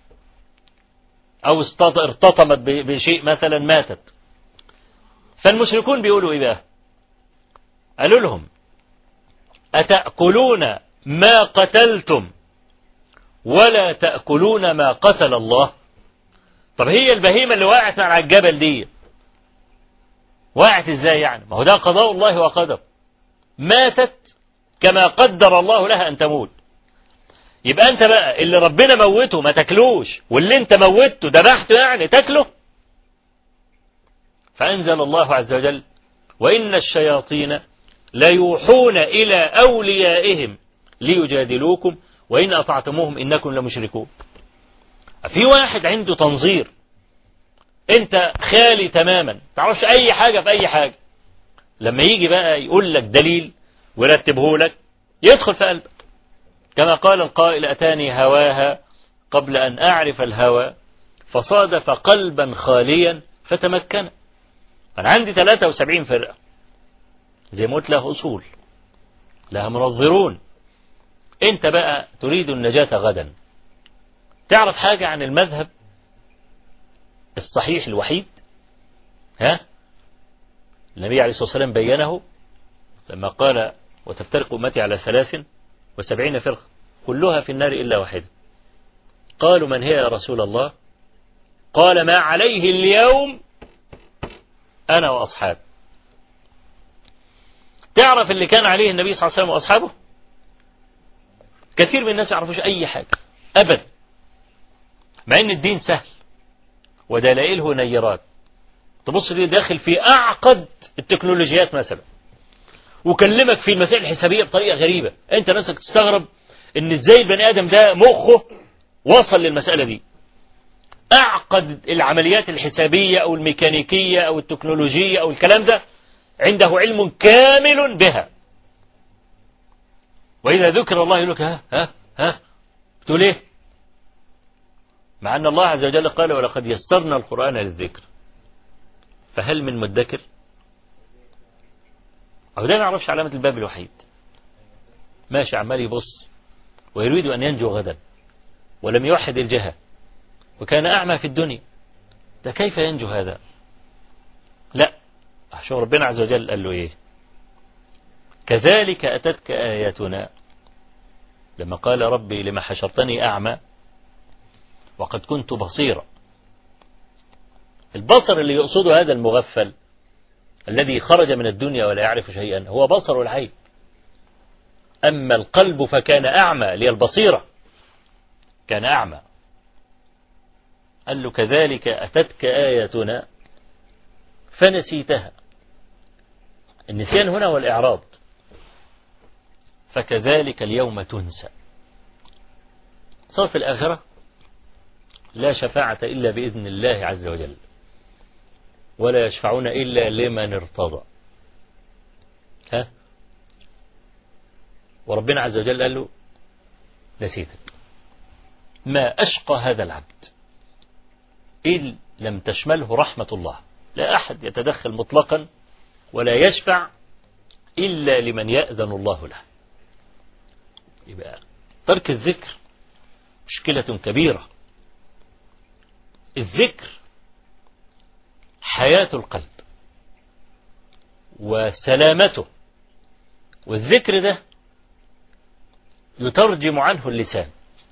أو ارتطمت بشيء مثلا ماتت. فالمشركون بيقولوا إيه بقى؟ قالوا لهم: أتأكلون ما قتلتم ولا تأكلون ما قتل الله؟ طب هي البهيمة اللي وقعت من على الجبل دي وقعت ازاي يعني؟ ما هو ده قضاء الله وقدر، ماتت كما قدر الله لها أن تموت. يبقى أنت بقى اللي ربنا موته ما تاكلوش، واللي أنت موته ذبحته يعني تاكله؟ فأنزل الله عز وجل: وإن الشياطين ليوحون إلى أوليائهم ليجادلوكم وإن أطعتموهم إنكم لمشركون. في واحد عنده تنظير، أنت خالي تماما، تعرفش أي حاجة في أي حاجة، لما يجي بقى يقول لك دليل ويرتبه لك يدخل في قلبك. كما قال القائل: أتاني هواها قبل أن أعرف الهوى فصادف قلبا خاليا فتمكن. أنا عندي 73 فرقة زي ما قلت، لها أصول، لها منظرون. أنت بقى تريد النجاة غدا، تعرف حاجة عن المذهب الصحيح الوحيد؟ النبي عليه الصلاة والسلام بينه لما قال وتفترق أمتي على 73 فرقة كلها في النار إلا واحدة. قالوا من هي يا رسول الله؟ قال ما عليه اليوم أنا وأصحابي. تعرف اللي كان عليه النبي صلى الله عليه وسلم وأصحابه؟ كثير من الناس يعرفوش أي حاجة أبدا، مع أن الدين سهل ودلائله نيرات. تبص ليه داخل في أعقد التكنولوجيات مثلا، وكلمك في المسائل الحسابية بطريقة غريبة، أنت نفسك تستغرب إن إزاي البني آدم ده مخه وصل للمسألة دي. أعقد العمليات الحسابية أو الميكانيكية أو التكنولوجية أو الكلام ده عنده علم كامل بها، وإذا ذكر الله يقول لك ها بتقول إيه؟ مع أن الله عز وجل قال ولقد يسرنا القرآن للذكر فهل من مدكر؟ أو ده ما يعرفش علامة الباب الوحيد، ماشي عمال يبص ويريد أن ينجو غدا ولم يوحد الجهة وكان أعمى في الدنيا، ده كيف ينجو هذا؟ لا، شوف ربنا عز وجل قال له إيه؟ كذلك أتتك آياتنا لما قال ربي لما حشرتني أعمى وقد كنت بصيرا. البصر اللي يقصده هذا المغفل الذي خرج من الدنيا ولا يعرف شيئا هو بصر العين، أما القلب فكان أعمى، لي البصيرة كان أعمى. قال له كذلك أتتك آياتنا فنسيتها. النسيان هنا هو الإعراض. فكذلك اليوم تنسى. صار في الآخرة لا شفاعة إلا بإذن الله عز وجل، ولا يشفعون إلا لمن ارتضى. وربنا عز وجل قال له نسيتك. ما أشقى هذا العبد إن لم تشمله رحمة الله. لا أحد يتدخل مطلقا ولا يشفع إلا لمن يأذن الله له. يبقى ترك الذكر مشكلة كبيرة. الذكر حياة القلب وسلامته، والذكر ده يترجم عنه اللسان.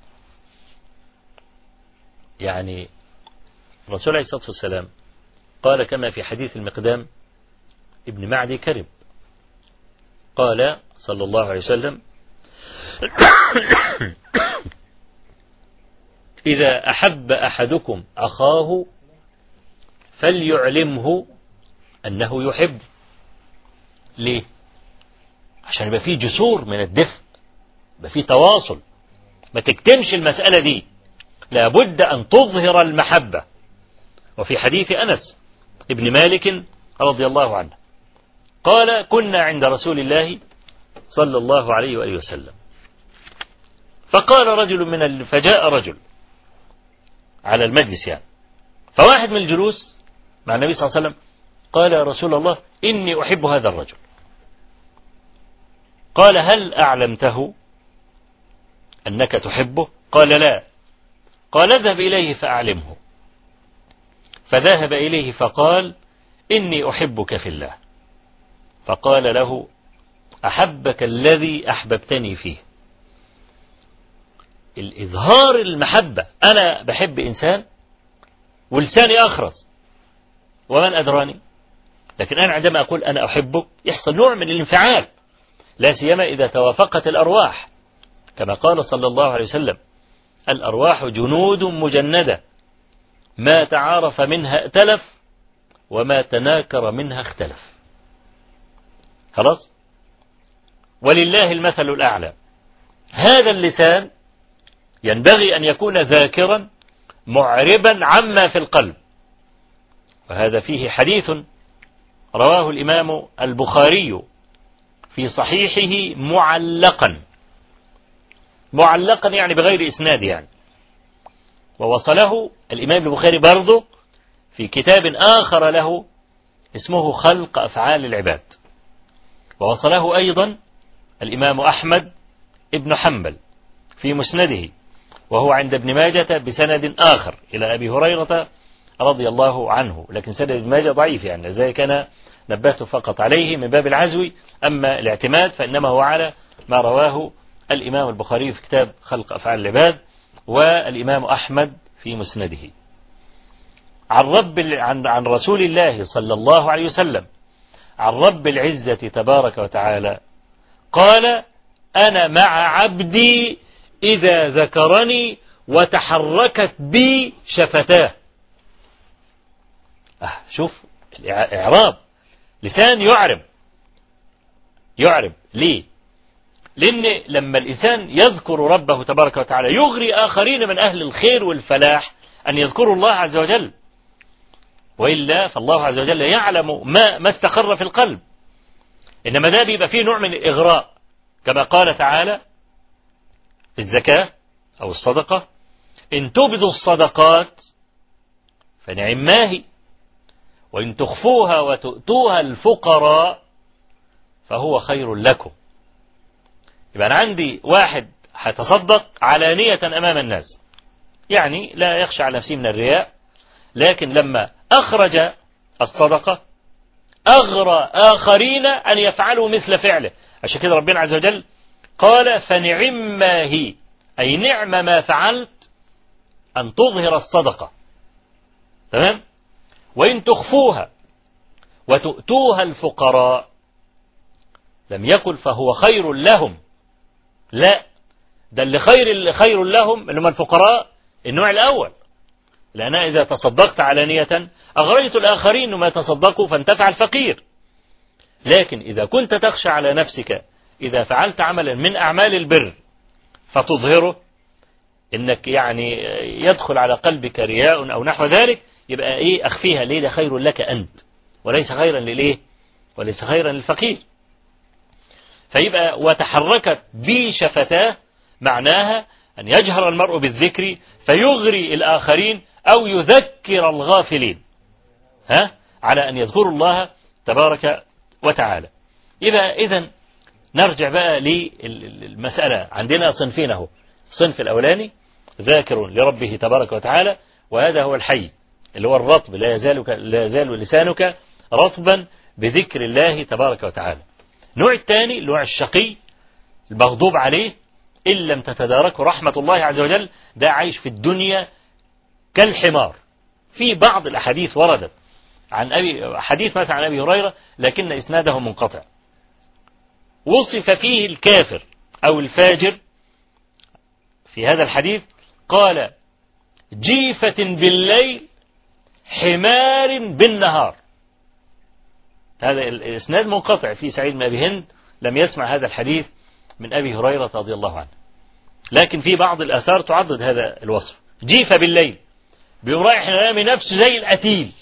يعني الرسول عليه الصلاة والسلام قال كما في حديث المقدام ابن معدي كرب، قال صلى الله عليه وسلم إذا أحب أحدكم أخاه فليعلمه أنه يحب. ليه؟ عشان يبقى فيه جسور من الدفء، يبقى فيه تواصل، ما تكتمش المسألة دي، لابد أن تظهر المحبة. وفي حديث أنس ابن مالك رضي الله عنه قال كنا عند رسول الله صلى الله عليه وآله وسلم فقال رجل فجاء رجل على المجلس يعني، فواحد من الجلوس مع النبي صلى الله عليه وسلم قال يا رسول الله إني أحب هذا الرجل. قال هل أعلمته أنك تحبه؟ قال لا. قال اذهب إليه فأعلمه. فذهب إليه فقال إني أحبك في الله. فقال له أحبك الذي أحببتني فيه. الإظهار المحبة، أنا بحب إنسان ولساني أخرس ومن أدراني، لكن أنا عندما أقول أنا أحبك يحصل نوع من الانفعال، لا سيما إذا توافقت الأرواح، كما قال صلى الله عليه وسلم الأرواح جنود مجندة ما تعارف منها ائتلف وما تناكر منها اختلف. خلاص؟ ولله المثل الأعلى. هذا اللسان ينبغي أن يكون ذاكرا معربا عما في القلب، وهذا فيه حديث رواه الإمام البخاري في صحيحه معلقا يعني بغير إسناد يعني، ووصله الإمام البخاري برضه في كتاب آخر له اسمه خلق أفعال العباد، ووصله أيضا الإمام أحمد ابن حنبل في مسنده، وهو عند ابن ماجة بسند آخر إلى أبي هريرة رضي الله عنه، لكن سند ابن ماجة ضعيف، يعني زي كان نبهت فقط عليه من باب العزو، أما الاعتماد فإنما هو على ما رواه الإمام البخاري في كتاب خلق أفعال العباد، والإمام أحمد في مسنده عن رسول الله صلى الله عليه وسلم عن رب العزة تبارك وتعالى قال: أنا مع عبدي إذا ذكرني وتحركت بي شفتاه. شوف الإعراب، لسان يعرب ليه؟ لأن لما الإنسان يذكر ربه تبارك وتعالى يغري آخرين من أهل الخير والفلاح أن يذكروا الله عز وجل، وإلا فالله عز وجل يعلم ما استقر في القلب، إنما ده بيبقى فيه نوع من الإغراء، كما قال تعالى في الزكاة أو الصدقة: إن تبدوا الصدقات فنعما هي، وإن تخفوها وتؤتوها الفقراء فهو خير لكم. يبقى أنا عندي واحد هيتصدق علانية أمام الناس، يعني لا يخشى على نفسه من الرياء، لكن لما أخرج الصدقة أغرى آخرين أن يفعلوا مثل فعله. عشان كده ربنا عز وجل قال: فنعم ما هي، أي نعم ما فعلت أن تظهر الصدقة، تمام؟ وإن تخفوها وتؤتوها الفقراء، لم يقل فهو خير لهم، لا، ده اللي خير لهم اللي هم الفقراء النوع الأول، لأن إذا تصدقت علانية أغريت الآخرين ما يتصدقوا فانتفع الفقير. لكن إذا كنت تخشى على نفسك إذا فعلت عملا من أعمال البر فتظهره، إنك يعني يدخل على قلبك رياء أو نحو ذلك، يبقى إيه؟ أخفيها ليه؟ ده خير لك أنت وليس خيرا للإيه؟ وليس خيرا للفقير. فيبقى وتحركت بي شفتاه معناها أن يجهر المرء بالذكر فيغري الآخرين أو يذكر الغافلين على أن يذكروا الله تبارك وتعالى. إذا نرجع بقى للمسألة، عندنا صنفين اهو، الصنف الأولاني ذاكر لربه تبارك وتعالى، وهذا هو الحي اللي هو الرطب، لا يزال لسانك رطبا بذكر الله تبارك وتعالى. النوع الثاني النوع الشقي المغضوب عليه إن لم تتداركه رحمة الله عز وجل، ده عايش في الدنيا كالحمار. في بعض الأحاديث وردت عن حديث مثلا عن أبي هريرة لكن إسناده منقطع، وصف فيه الكافر أو الفاجر في هذا الحديث، قال: جيفة بالليل حمار بالنهار. هذا الإسناد منقطع في سعيد بن أبي هند، لم يسمع هذا الحديث من أبي هريرة رضي الله عنه، لكن في بعض الآثار تعضد هذا الوصف. جيفة بالليل، بيقوم رايح ينام نفسه زي القتيل،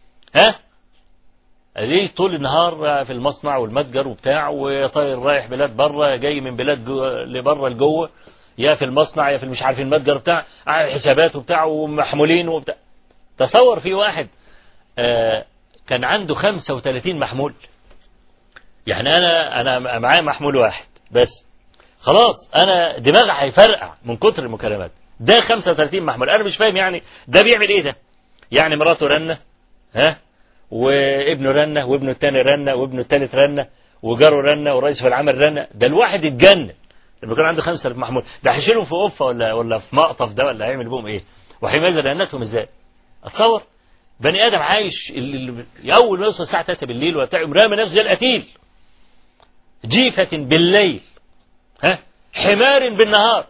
ليه؟ طول النهار في المصنع والمتجر وبتاع، وطاير رايح بلاد بره، جاي من بلاد لبره لجوه، يا في المصنع يا في مش عارف المتجر بتاع، على حسابات وبتاع ومحمولين وبتاع. تصور في واحد كان عنده 35 محمول، يعني أنا معايا محمول واحد بس، خلاص أنا دماغي هيفرقع من كتر المكالمات، ده 35 محمول، أنا مش فاهم يعني ده بيعمل إيه ده؟ يعني مراته رنة، وابنه رنة، وابنه الثاني رنة، وابنه الثالث رنة، وجاره رنة، ورئيس في العمل رنة. ده الواحد اتجنن لما كان عنده 5,000 محمول، ده هيشيلهم في قفة ولا في مقطف ده، ولا هيعمل بهم إيه؟ وهيميز رنتهم إزاي؟ أتصور بني آدم عايش أول ما يوصل الساعة 3 بالليل وبتاع رامي نفسه زي القتيل. جيفة بالليل حمار بالنهار،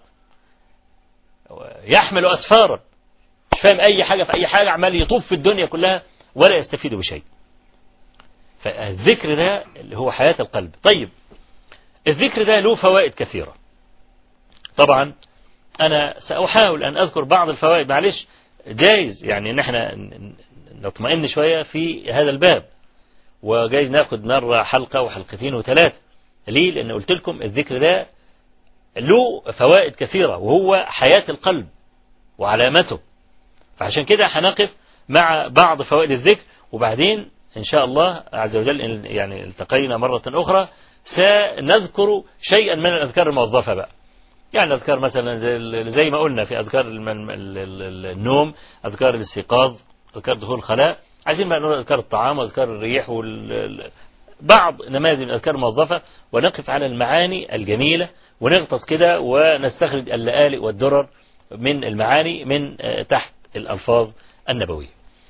يحمل أسفارا، مش فاهم أي حاجة في أي حاجة، عمال يطوف في الدنيا كلها ولا يستفيد بشيء. فالذكر ده اللي هو حياة القلب. طيب الذكر ده له فوائد كثيرة، طبعا أنا سأحاول أن أذكر بعض الفوائد، معلش جايز يعني ان احنا نطمئن شوية في هذا الباب، وجايز ناخد مرة حلقة وحلقتين وثلاثة. ليه؟ لأن قلت لكم الذكر ده له فوائد كثيرة، وهو حياة القلب وعلامته، فعشان كده هنقف مع بعض فوائد الذكر، وبعدين إن شاء الله عز وجل يعني التقينا مرة أخرى سنذكر شيئا من الأذكار الموظفة بقى، يعني أذكار مثلا زي ما قلنا في أذكار النوم، أذكار الاستيقاظ، أذكار دخول الخلاء. عايزين بقى نقول أذكار الطعام وأذكار الريح بعض نماذج من الأذكار الموظفة، ونقف على المعاني الجميلة ونغطس كده ونستخرج اللآلئ والدرر من المعاني من تحت الألفاظ النبوية.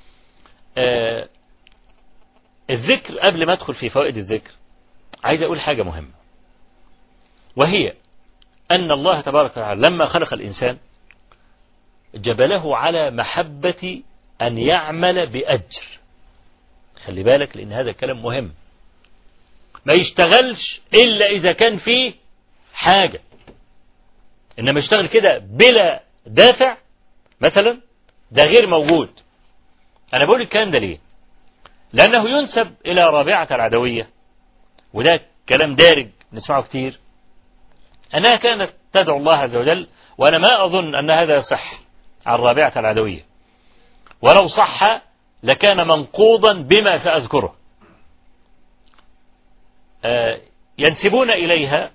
الذكر، قبل ما أدخل في فوائد الذكر عايز أقول حاجة مهمة، وهي أن الله تبارك وتعالى لما خلق الإنسان جبله على محبة أن يعمل بأجر. خلي بالك، لأن هذا كلام مهم. ما يشتغلش إلا إذا كان فيه حاجة، إنما يشتغل كده بلا دافع مثلا، ده غير موجود. أنا بقول الكلام ده ليه؟ لأنه ينسب إلى رابعة العدوية، وده كلام دارج نسمعه كتير، أنها كانت تدعو الله عز وجل، وأنا ما أظن أن هذا صح عن رابعة العدوية، ولو صح لكان منقوضا بما سأذكره. ينسبون إليها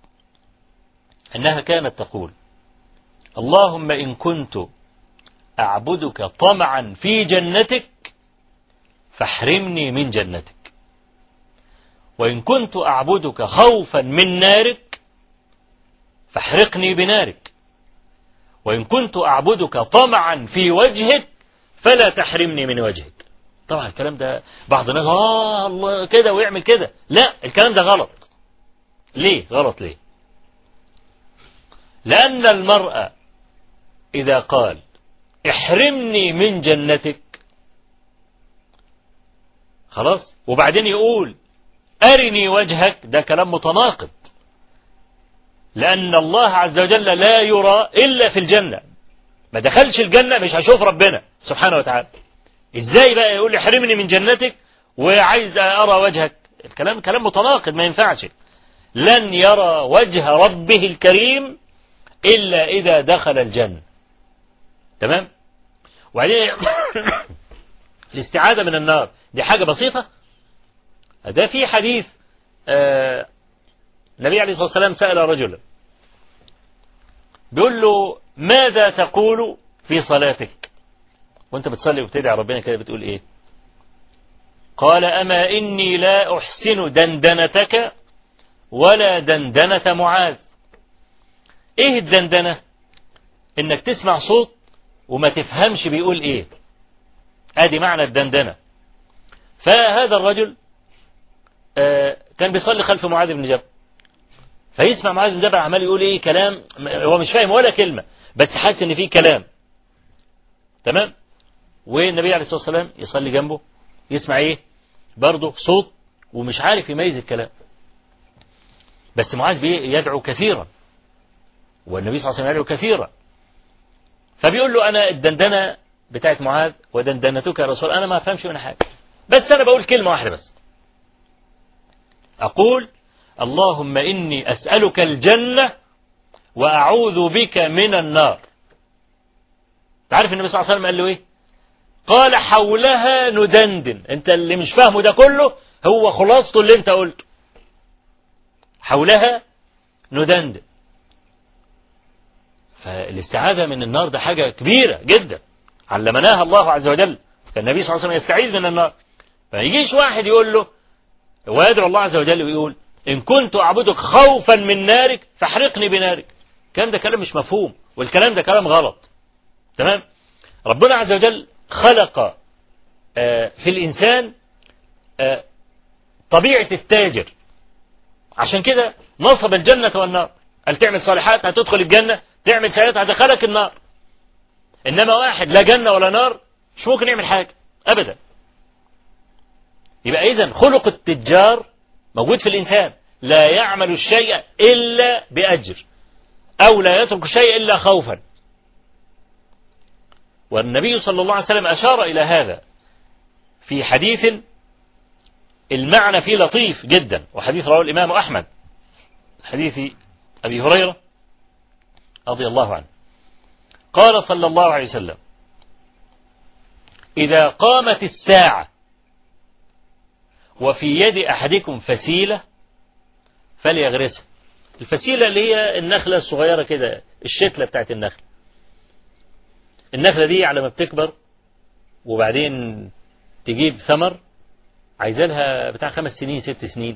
أنها كانت تقول: اللهم إن كنت أعبدك طمعا في جنتك فاحرمني من جنتك، وإن كنت أعبدك خوفا من نارك فاحرقني بنارك، وإن كنت أعبدك طمعا في وجهك فلا تحرمني من وجهك. طبعا الكلام ده بعض الناس الله كده ويعمل كده، لا، الكلام ده غلط. ليه غلط؟ ليه؟ لأن المرء إذا قال احرمني من جنتك خلاص، وبعدين يقول أرني وجهك، ده كلام متناقض، لأن الله عز وجل لا يرى إلا في الجنة. ما دخلش الجنة مش هشوف ربنا سبحانه وتعالى. إزاي بقى يقول احرمني من جنتك وعايز أرى وجهك؟ الكلام كلام متناقض، ما ينفعش. لن يرى وجه ربه الكريم إلا إذا دخل الجنة. تمام؟ وبعدين الاستعاذة من النار دي حاجة بسيطة. ده في حديث النبي عليه الصلاة والسلام سأل رجلا بيقول له: ماذا تقول في صلاتك وانت بتصلي وبتدعي ربنا كده، بتقول ايه؟ قال: أما إني لا أحسن دندنتك ولا دندنة معاذ. ايه الدندنة؟ انك تسمع صوت وما تفهمش بيقول ايه، ادي معنى الدندنة. فهذا الرجل كان بيصلي خلف معاذ بن جبل، فيسمع معاذ بن جبل عمال يقول ايه كلام هو مش فاهم ولا كلمة، بس حاسس ان فيه كلام. تمام؟ والنبي عليه الصلاة والسلام يصلي جنبه، يسمع ايه برضه صوت ومش عارف يميز الكلام، بس معاذ يدعو كثيرا والنبي صلى الله عليه وسلم يدعو كثيرا. فبيقول له: أنا الدندنة بتاعت معاذ ودندنتك يا رسول، أنا ما أفهمش منها حاجة، بس أنا بقول كلمة واحدة بس، أقول: اللهم إني أسألك الجنة وأعوذ بك من النار. تعرف النبي صلى الله عليه وسلم قال له إيه؟ قال: حولها ندندن. أنت اللي مش فاهمه ده كله هو خلاصته اللي أنت قلته، حولها ندندن. فالاستعاذة من النار ده حاجة كبيرة جدا علمناها الله عز وجل. كان النبي صلى الله عليه وسلم يستعيذ من النار، فما يجيش واحد يقول له ويدعو الله عز وجل ويقول: إن كنت أعبدك خوفا من نارك فاحرقني بنارك. الكلام ده كلام مش مفهوم، والكلام ده كلام غلط. تمام؟ ربنا عز وجل خلق في الإنسان طبيعة التاجر، عشان كده نصب الجنة والنار. قال: تعمل صالحات هتدخل الجنة، تعمل سيئات هتدخلك النار. إنما واحد لا جنة ولا نار مش ممكن يعمل حاجة أبدا. يبقى إذن خلق التجار موجود في الإنسان، لا يعمل الشيء إلا بأجر، أو لا يترك الشيء إلا خوفا. والنبي صلى الله عليه وسلم أشار إلى هذا في حديث المعنى فيه لطيف جدا، وحديث رواه الإمام أحمد، حديث أبي هريرة رضي الله عنه. قال صلى الله عليه وسلم: إذا قامت الساعة وفي يد أحدكم فسيلة فليغرسها. الفسيلة اللي هي النخلة الصغيرة كده، الشتلة بتاعت النخل. النخلة دي على ما بتكبر وبعدين تجيب ثمر عايزة لها بتاع 5 سنين 6 سنين.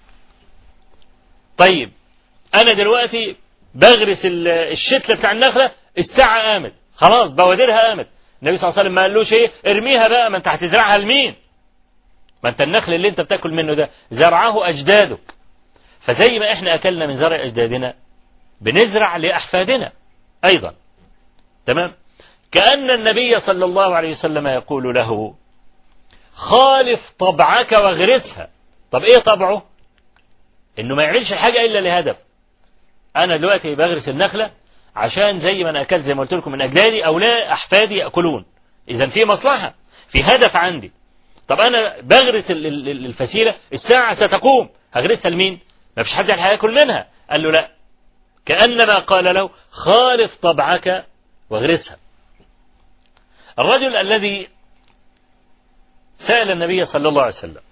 طيب أنا دلوقتي بغرس الشتلة بتاع النخلة، الساعة قامت خلاص، بوادرها قامت. النبي صلى الله عليه وسلم ما قالوش ايه ارميها بقى، ما انت هتزرعها لمين؟ ما انت النخل اللي انت بتاكل منه ده زرعه أجدادك، فزي ما احنا أكلنا من زرع أجدادنا بنزرع لأحفادنا أيضا. تمام؟ كأن النبي صلى الله عليه وسلم يقول له خالف طبعك واغرسها. طب ايه طبعه؟ انه ما يعملش حاجة الا لهدف. انا دلوقتي بغرس النخلة عشان زي ما انا اكلت زي ما قلت لكم من اجدادي او لا احفادي ياكلون، اذا في مصلحة، في هدف عندي. طب انا بغرس الفسيلة، الساعة ستقوم، هغرسها لمين؟ ما فيش حد هياكل منها. قال له لا، كأنما قال له خالف طبعك واغرسها. الرجل الذي سأل النبي صلى الله عليه وسلم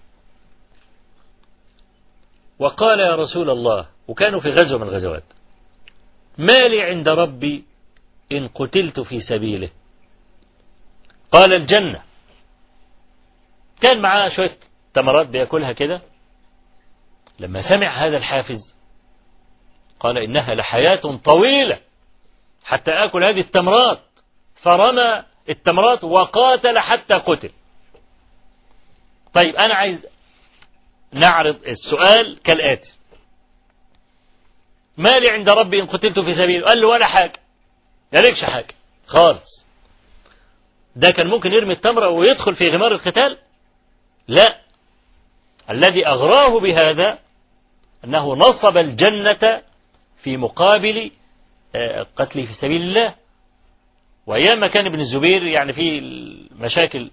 وقال يا رسول الله، وكانوا في غزوة من الغزوات، ما لي عند ربي إن قتلت في سبيله؟ قال الجنة. كان معاه شوية تمرات بيأكلها كده، لما سمع هذا الحافز قال إنها لحياة طويلة حتى أكل هذه التمرات، فرمى التمرات وقاتل حتى قتل. طيب أنا عايز نعرض السؤال كالآتي: ما لي عند ربي إن قتلت في سبيله؟ قال له ولا حاجة، يليكش حاجة خالص. ده كان ممكن يرمي التمرة ويدخل في غمار القتال؟ لا، الذي أغراه بهذا أنه نصب الجنة في مقابل قتله في سبيل الله. وأيام ما كان ابن الزبير يعني في المشاكل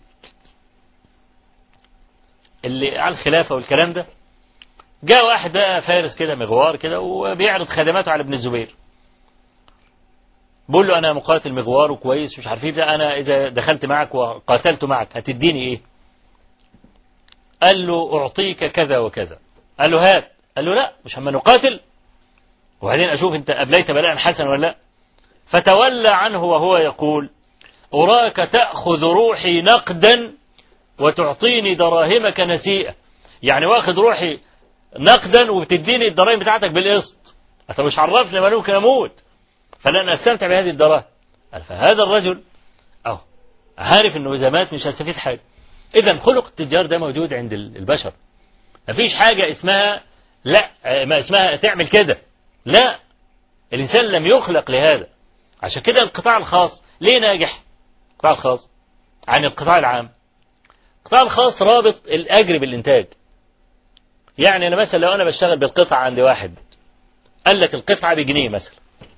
اللي على الخلافة والكلام ده، جاء واحد بقى فارس كده مغوار كده وبيعرض خدماته على ابن الزبير، بقول له أنا مقاتل مغوار وكويس مش عارف ايه ده، أنا إذا دخلت معك وقاتلت معك هتديني إيه؟ قال له أعطيك كذا وكذا. قال له هات. قال له لا، مش هم نقاتل وبعدين أشوف أنت أبليت بلاء حسن ولا لا. فتولى عنه وهو يقول أراك تأخذ روحي نقدا وتعطيني دراهمك نسيئة. يعني واخد روحي نقدا وبتديني الدراهم بتاعتك بالقسط، أنت مش عرفني ما ممكن أموت فلن أستمتع بهذه الدراهم. فهذا الرجل عارف أنه إذا مات مش هيستفيد حاجة. إذا خلق التجار ده موجود عند البشر، مفيش حاجة اسمها لا، ما اسمها تعمل كده، لا، الإنسان لم يخلق لهذا. عشان كده القطاع الخاص ليه ناجح؟ القطاع الخاص عن القطاع العام. القطاع الخاص رابط الأجر بالإنتاج. يعني أنا مثلا لو أنا بشتغل بالقطعة عند واحد قال لك القطعة بجنيه مثلا،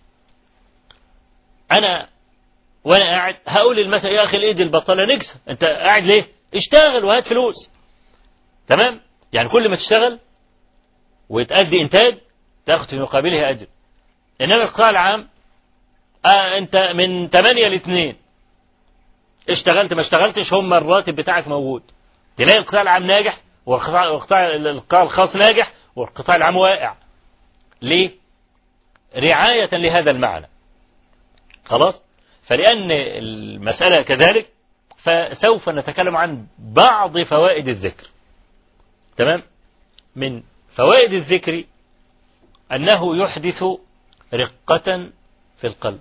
أنا وأنا قاعد هقول المثل يا أخي الإيد البطالة نكسب، أنت قاعد ليه؟ اشتغل وهات فلوس. تمام؟ يعني كل ما تشتغل وتأدي إنتاج تأخذ في مقابله أجر. إنما القطاع العام أنت من 8 ل 2 اشتغلت ما اشتغلتش هم الراتب بتاعك موجود. تلاقي القطاع العام ناجح والقطاع الخاص ناجح والقطاع العام واقع. ليه؟ رعاية لهذا المعنى. خلاص؟ فلأن المسألة كذلك فسوف نتكلم عن بعض فوائد الذكر. تمام؟ من فوائد الذكر أنه يحدث رقة في القلب.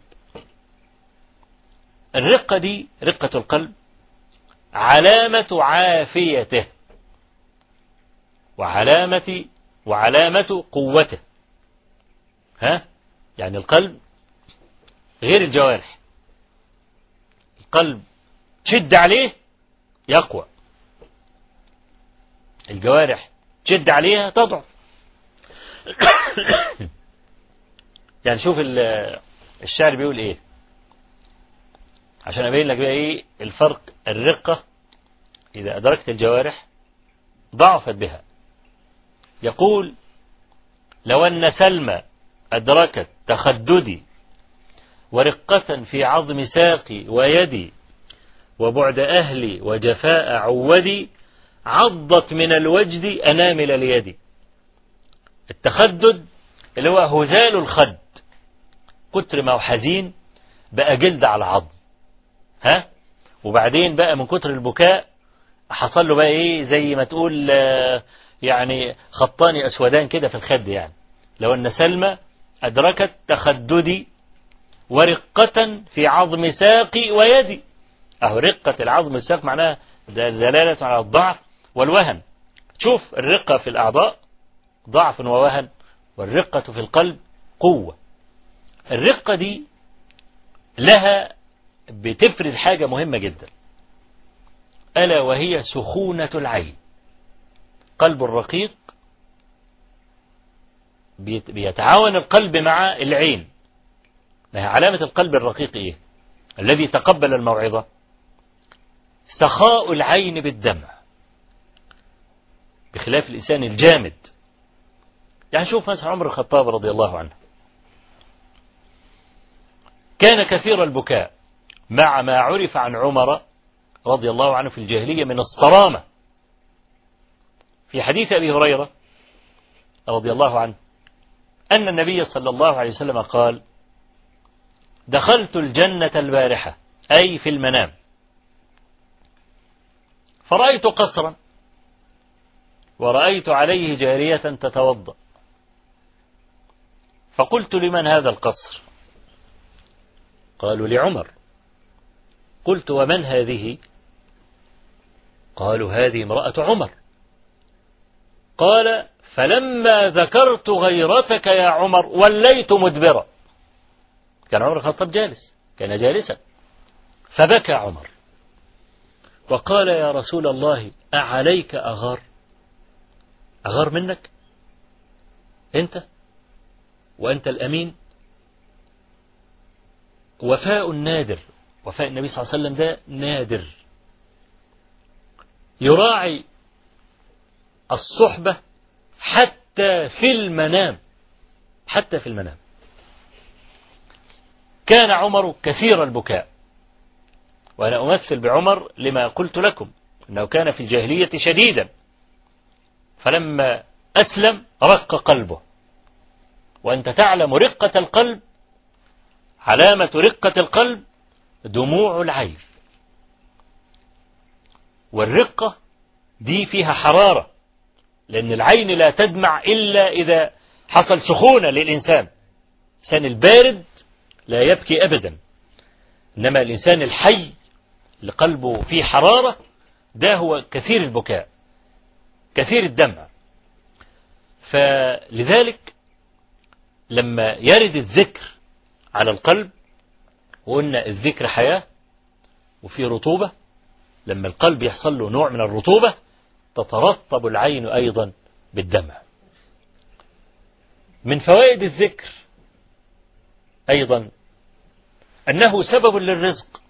الرقة دي رقة القلب علامة عافيته وعلامة قوته. يعني القلب غير الجوارح. القلب تشد عليه يقوى، الجوارح تشد عليها تضعف. يعني شوف الشاعر بيقول ايه عشان أبين لك بقى إيه الفرق. الرقة إذا أدركت الجوارح ضعفت بها. يقول لو أن سلمى أدركت تخددي ورقة في عظم ساقي ويدي وبعد أهلي وجفاء عودي عضت من الوجد أنامل ليدي. التخدد اللي هو هزال الخد، كتر ما هو حزين بقى جلد على عظم، ها، وبعدين بقى من كتر البكاء حصل له بقى ايه، زي ما تقول يعني خطان اسودان كده في الخد. يعني لو ان سلمى ادركت تخددي ورقة في عظم ساقي ويدي، اهو رقة العظم والساق معناها دلالة على الضعف والوهن. شوف الرقة في الأعضاء ضعف ووهن، والرقة في القلب قوة. الرقة دي لها بتفرز حاجة مهمة جدا، ألا وهي سخونة العين. قلب الرقيق بيتعاون القلب مع العين. ما هي علامة القلب الرقيق إيه؟ الذي تقبل الموعظة سخاء العين بالدمع، بخلاف الإنسان الجامد. يعني شوف مثلا عمر الخطاب رضي الله عنه، كان كثير البكاء مع ما عرف عن عمر رضي الله عنه في الجاهلية من الصرامة. في حديث أبي هريرة رضي الله عنه أن النبي صلى الله عليه وسلم قال: دخلت الجنة البارحة، أي في المنام، فرأيت قصرا ورأيت عليه جارية تتوضأ، فقلت: لمن هذا القصر؟ قالوا: لعمر. قلت: ومن هذه؟ قالوا: هذه امرأة عمر. قال: فلما ذكرت غيرتك يا عمر وليت مدبرا. كان عمر الخطاب جالس، كان جالسا، فبكى عمر وقال: يا رسول الله أعليك أغار؟ أغار منك أنت وأنت الأمين؟ وفاء نادر، وفاء النبي صلى الله عليه وسلم ده نادر، يراعي الصحبة حتى في المنام، حتى في المنام. كان عمر كثير البكاء، وأنا أمثل بعمر لما قلت لكم أنه كان في الجاهلية شديدا، فلما أسلم رق قلبه. وأنت تعلم رقة القلب، علامة رقة القلب دموع العين، والرقة دي فيها حرارة، لأن العين لا تدمع إلا إذا حصل سخونة للإنسان. الإنسان البارد لا يبكي أبدا، إنما الإنسان الحي اللي قلبه فيه حرارة ده هو كثير البكاء، كثير الدمع. فلذلك لما يرد الذكر على القلب، وقلنا الذكر حياة وفي رطوبة، لما القلب يحصل له نوع من الرطوبة تترطب العين أيضا بالدمع. من فوائد الذكر أيضا أنه سبب للرزق،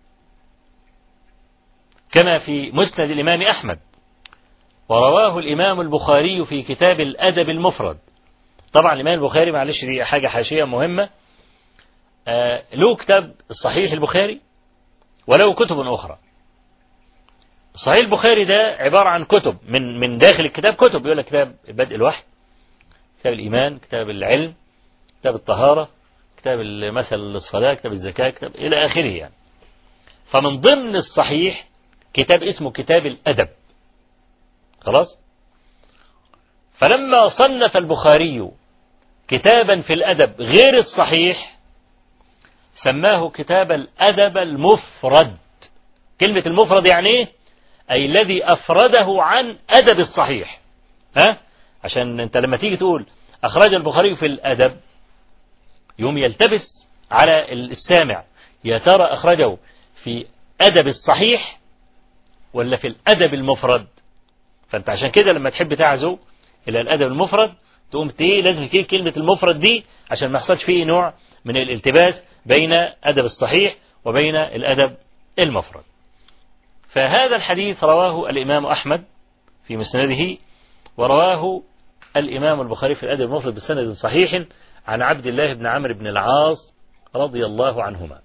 كما في مسند الإمام أحمد، ورواه الإمام البخاري في كتاب الأدب المفرد. طبعا الإمام البخاري، معلش دي حاجة حاشية مهمة، له كتاب الصحيح البخاري وله كتب أخرى. صحيح البخاري ده عبارة عن كتب، من داخل الكتاب كتب، يقول لك كتاب بدء الوحي، كتاب الإيمان، كتاب العلم، كتاب الطهارة، كتاب مثل الصلاة، كتاب الزكاة، كتاب إلى آخره يعني. فمن ضمن الصحيح كتاب اسمه كتاب الأدب، خلاص. فلما صنف البخاري كتابا في الأدب غير الصحيح سماه كتاب الأدب المفرد. كلمة المفرد يعني ايه؟ أي الذي أفرده عن أدب الصحيح. عشان انت لما تيجي تقول أخرج البخاري في الأدب يوم يلتبس على السامع، يا ترى أخرجه في أدب الصحيح ولا في الأدب المفرد؟ فانت عشان كده لما تحب تعزو إلى الأدب المفرد تقوم لازم تجيب كلمة المفرد دي عشان ما يحصلش فيه نوع من الالتباس بين أدب الصحيح وبين الأدب المفرد. فهذا الحديث رواه الإمام أحمد في مسنده، ورواه الإمام البخاري في الأدب المفرد بسند صحيح عن عبد الله بن عمرو بن العاص رضي الله عنهما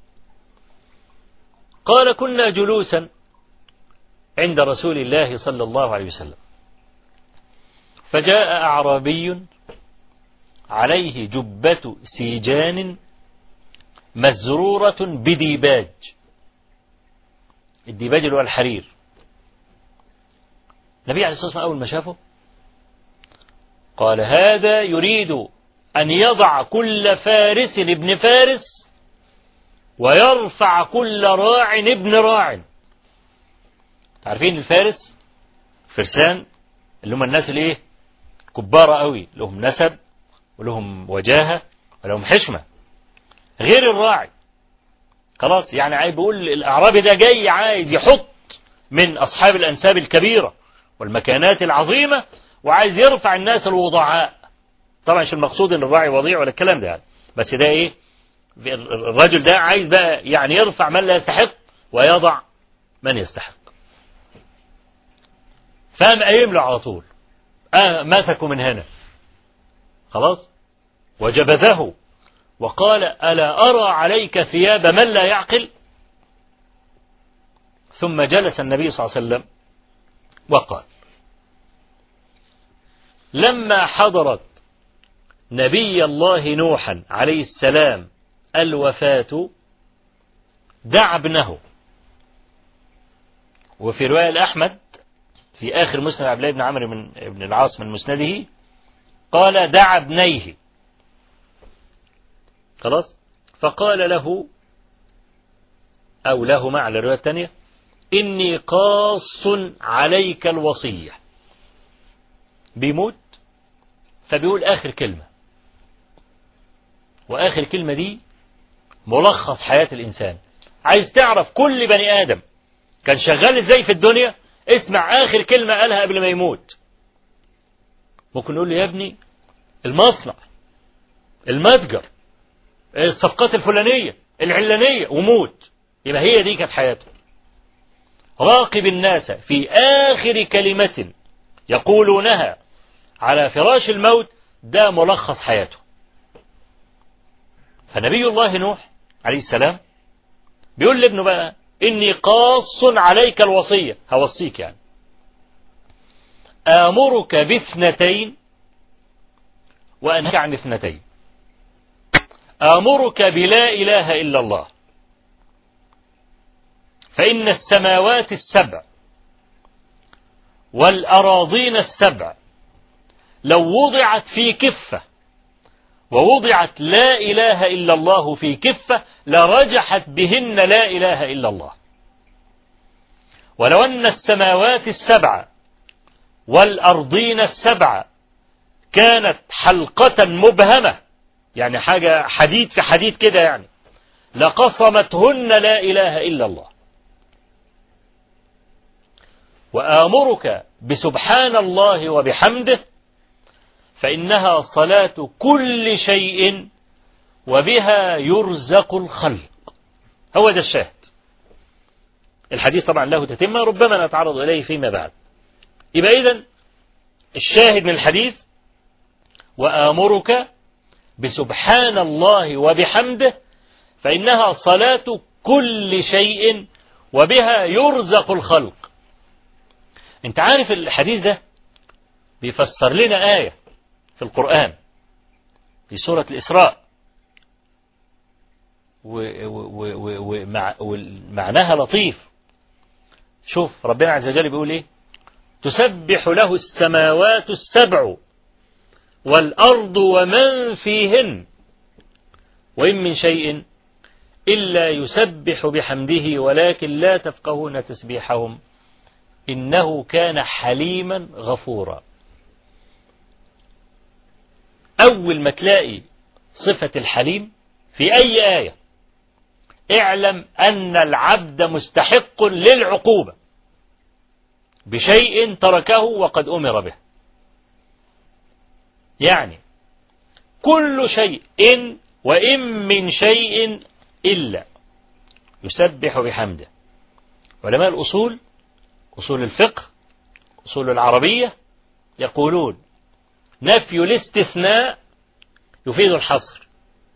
قال: كنا جلوسا عند رسول الله صلى الله عليه وسلم، فجاء أعرابي عليه جبة سيجان مزرورة بديباج. الديباج اللي هو الحرير. النبي عليه الصلاة والسلام أول ما شافه قال هذا يريد أن يضع كل فارس ابن فارس ويرفع كل راع ابن راع. عارفين الفارس فرسان اللي هم الناس اللي ايه كبارة قوي، لهم نسب ولهم وجاهة ولهم حشمة، غير الراعي. خلاص يعني عايز بيقول الأعرابي ده جاي عايز يحط من أصحاب الأنساب الكبيرة والمكانات العظيمة وعايز يرفع الناس الوضعاء. طبعا مش المقصود ان الراعي وضيع ولا الكلام ده يعني، بس ده ايه الرجل ده عايز بقى يعني يرفع من لا يستحق ويضع من يستحق. فقام قايم له على طول، مسكه من هنا خلاص وجبذه وقال ألا أرى عليك ثياب من لا يعقل. ثم جلس النبي صلى الله عليه وسلم وقال لما حضرت نبي الله نوحا عليه السلام الوفاة دعا ابنه. وفي رواية الأحمد في آخر مسند عبد الله بن عمرو بن العاص من مسنده قال دعا ابنيه. خلاص فقال له أو لهما على الرواية الثانية إني قاص عليك الوصية. بيموت فبيقول آخر كلمة، وآخر كلمة دي ملخص حياة الإنسان. عايز تعرف كل بني آدم كان شغال إزاي في الدنيا، اسمع آخر كلمة قالها قبل ما يموت. ممكن نقول له يا ابني المصنع، المتجر، الصفقات الفلانية، العلانية، وموت. يبقى هي دي كانت حياته. راقب الناس في آخر كلمة يقولونها على فراش الموت، ده ملخص حياته. فنبي الله نوح عليه السلام بيقول لابنه بقى إني قاص عليك الوصية، هوصيك يعني آمرك باثنتين وأنهاك عن اثنتين. آمرك بلا إله إلا الله، فإن السماوات السبع والأراضين السبع لو وضعت في كفة ووضعت لا إله إلا الله في كفة لرجحت بهن لا إله إلا الله. ولو أن السماوات السبع والأرضين السبع كانت حلقة مبهمة، يعني حاجة حديد في حديد كده يعني، لقصمتهن لا إله إلا الله. وآمرك بسبحان الله وبحمده، فإنها صلاة كل شيء وبها يرزق الخلق. هو ده الشاهد. الحديث طبعا له تتمة ربما نتعرض إليه فيما بعد. يبقى إذن الشاهد من الحديث وآمرك بسبحان الله وبحمده فإنها صلاة كل شيء وبها يرزق الخلق. انت عارف الحديث ده بيفسر لنا آية في القرآن في سورة الإسراء، ومعناها لطيف. شوف ربنا عز وجل بيقول ايه: تسبح له السماوات السبع والأرض ومن فيهن وإن من شيء إلا يسبح بحمده ولكن لا تفقهون تسبيحهم إنه كان حليما غفورا. أول ما تلاقي صفة الحليم في أي آية اعلم أن العبد مستحق للعقوبة بشيء تركه وقد أمر به. يعني كل شيء إن وإن من شيء إلا يسبح بحمده. علماء الأصول، أصول الفقه، أصول العربية، يقولون نفي الاستثناء يفيد الحصر.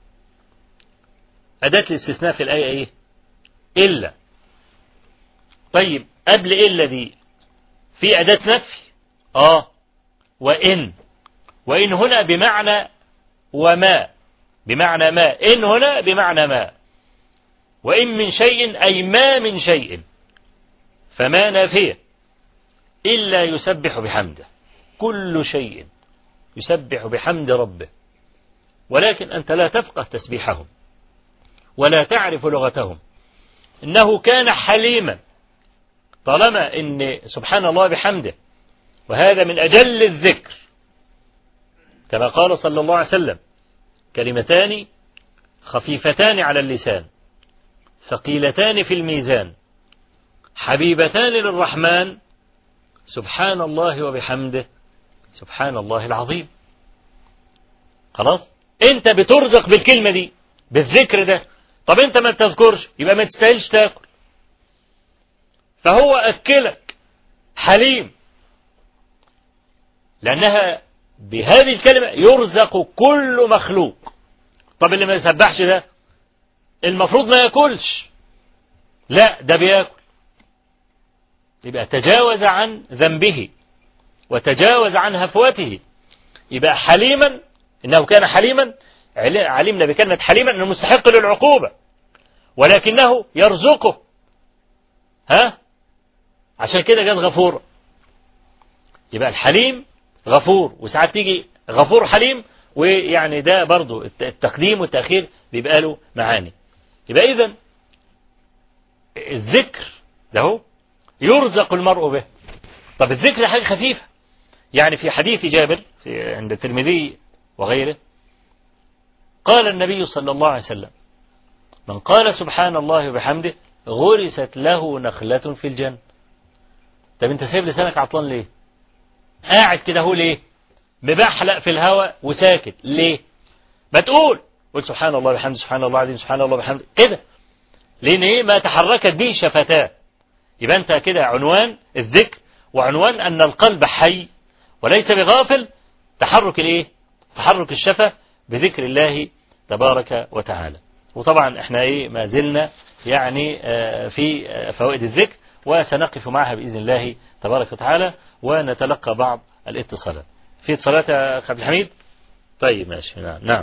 أداة الاستثناء في الآية إيه؟ إلا. طيب قبل إلا دي في أداة نفي؟ وإن. وإن هنا بمعنى وما بمعنى ما، إن هنا بمعنى ما، وإن من شيء أي ما من شيء، فما نافية إلا يسبح بحمده، كل شيء يسبح بحمد ربه، ولكن أنت لا تفقه تسبيحهم ولا تعرف لغتهم. إنه كان حليما، طالما إن سبحان الله بحمده، وهذا من أجل الذكر، كما قال صلى الله عليه وسلم: كلمتان خفيفتان على اللسان ثقيلتان في الميزان حبيبتان للرحمن، سبحان الله وبحمده سبحان الله العظيم. خلاص، انت بترزق بالكلمة دي، بالذكر ده. طب انت ما بتذكرش، يبقى ما تستاهلش تاكل. فهو أكلك حليم، لأنها بهذه الكلمة يرزق كل مخلوق. طب اللي ما يسبحش ده المفروض ما يأكلش، لا ده بيأكل. يبقى تجاوز عن ذنبه وتجاوز عن هفوته، يبقى حليما. إنه كان حليما، علمنا بكلمة حليما أنه مستحق للعقوبة، ولكنه يرزقه. عشان كده قال غفور. يبقى الحليم غفور، وساعات تيجي غفور حليم، ويعني ده برضو التقديم والتأخير بيبقى له معاني. يبقى إذن الذكر ده هو يرزق المرء به. طب الذكر حاجة خفيفة، يعني في حديث جابر عند الترمذي وغيره قال النبي صلى الله عليه وسلم: من قال سبحان الله وبحمده غرست له نخلة في الجنة. طب انت سايب لسانك عطلان ليه؟ قاعد كده هو ليه؟ مبحلق في الهواء وساكت ليه؟ ما تقول سبحان الله وبحمده سبحان الله العظيم سبحان الله وبحمده كده، لان ايه؟ ما تحركت به شفتاه. يبقى انت كده عنوان الذكر، وعنوان ان القلب حي وليس بغافل، تحرك الايه؟ تحرك الشفة بذكر الله تبارك وتعالى. وطبعا احنا ايه ما زلنا يعني في فوائد الذكر، وسنقف معها بإذن الله تبارك وتعالى، ونتلقى بعض الاتصالات. في اتصالات يا أخي عبد الحميد؟ طيب ماشي.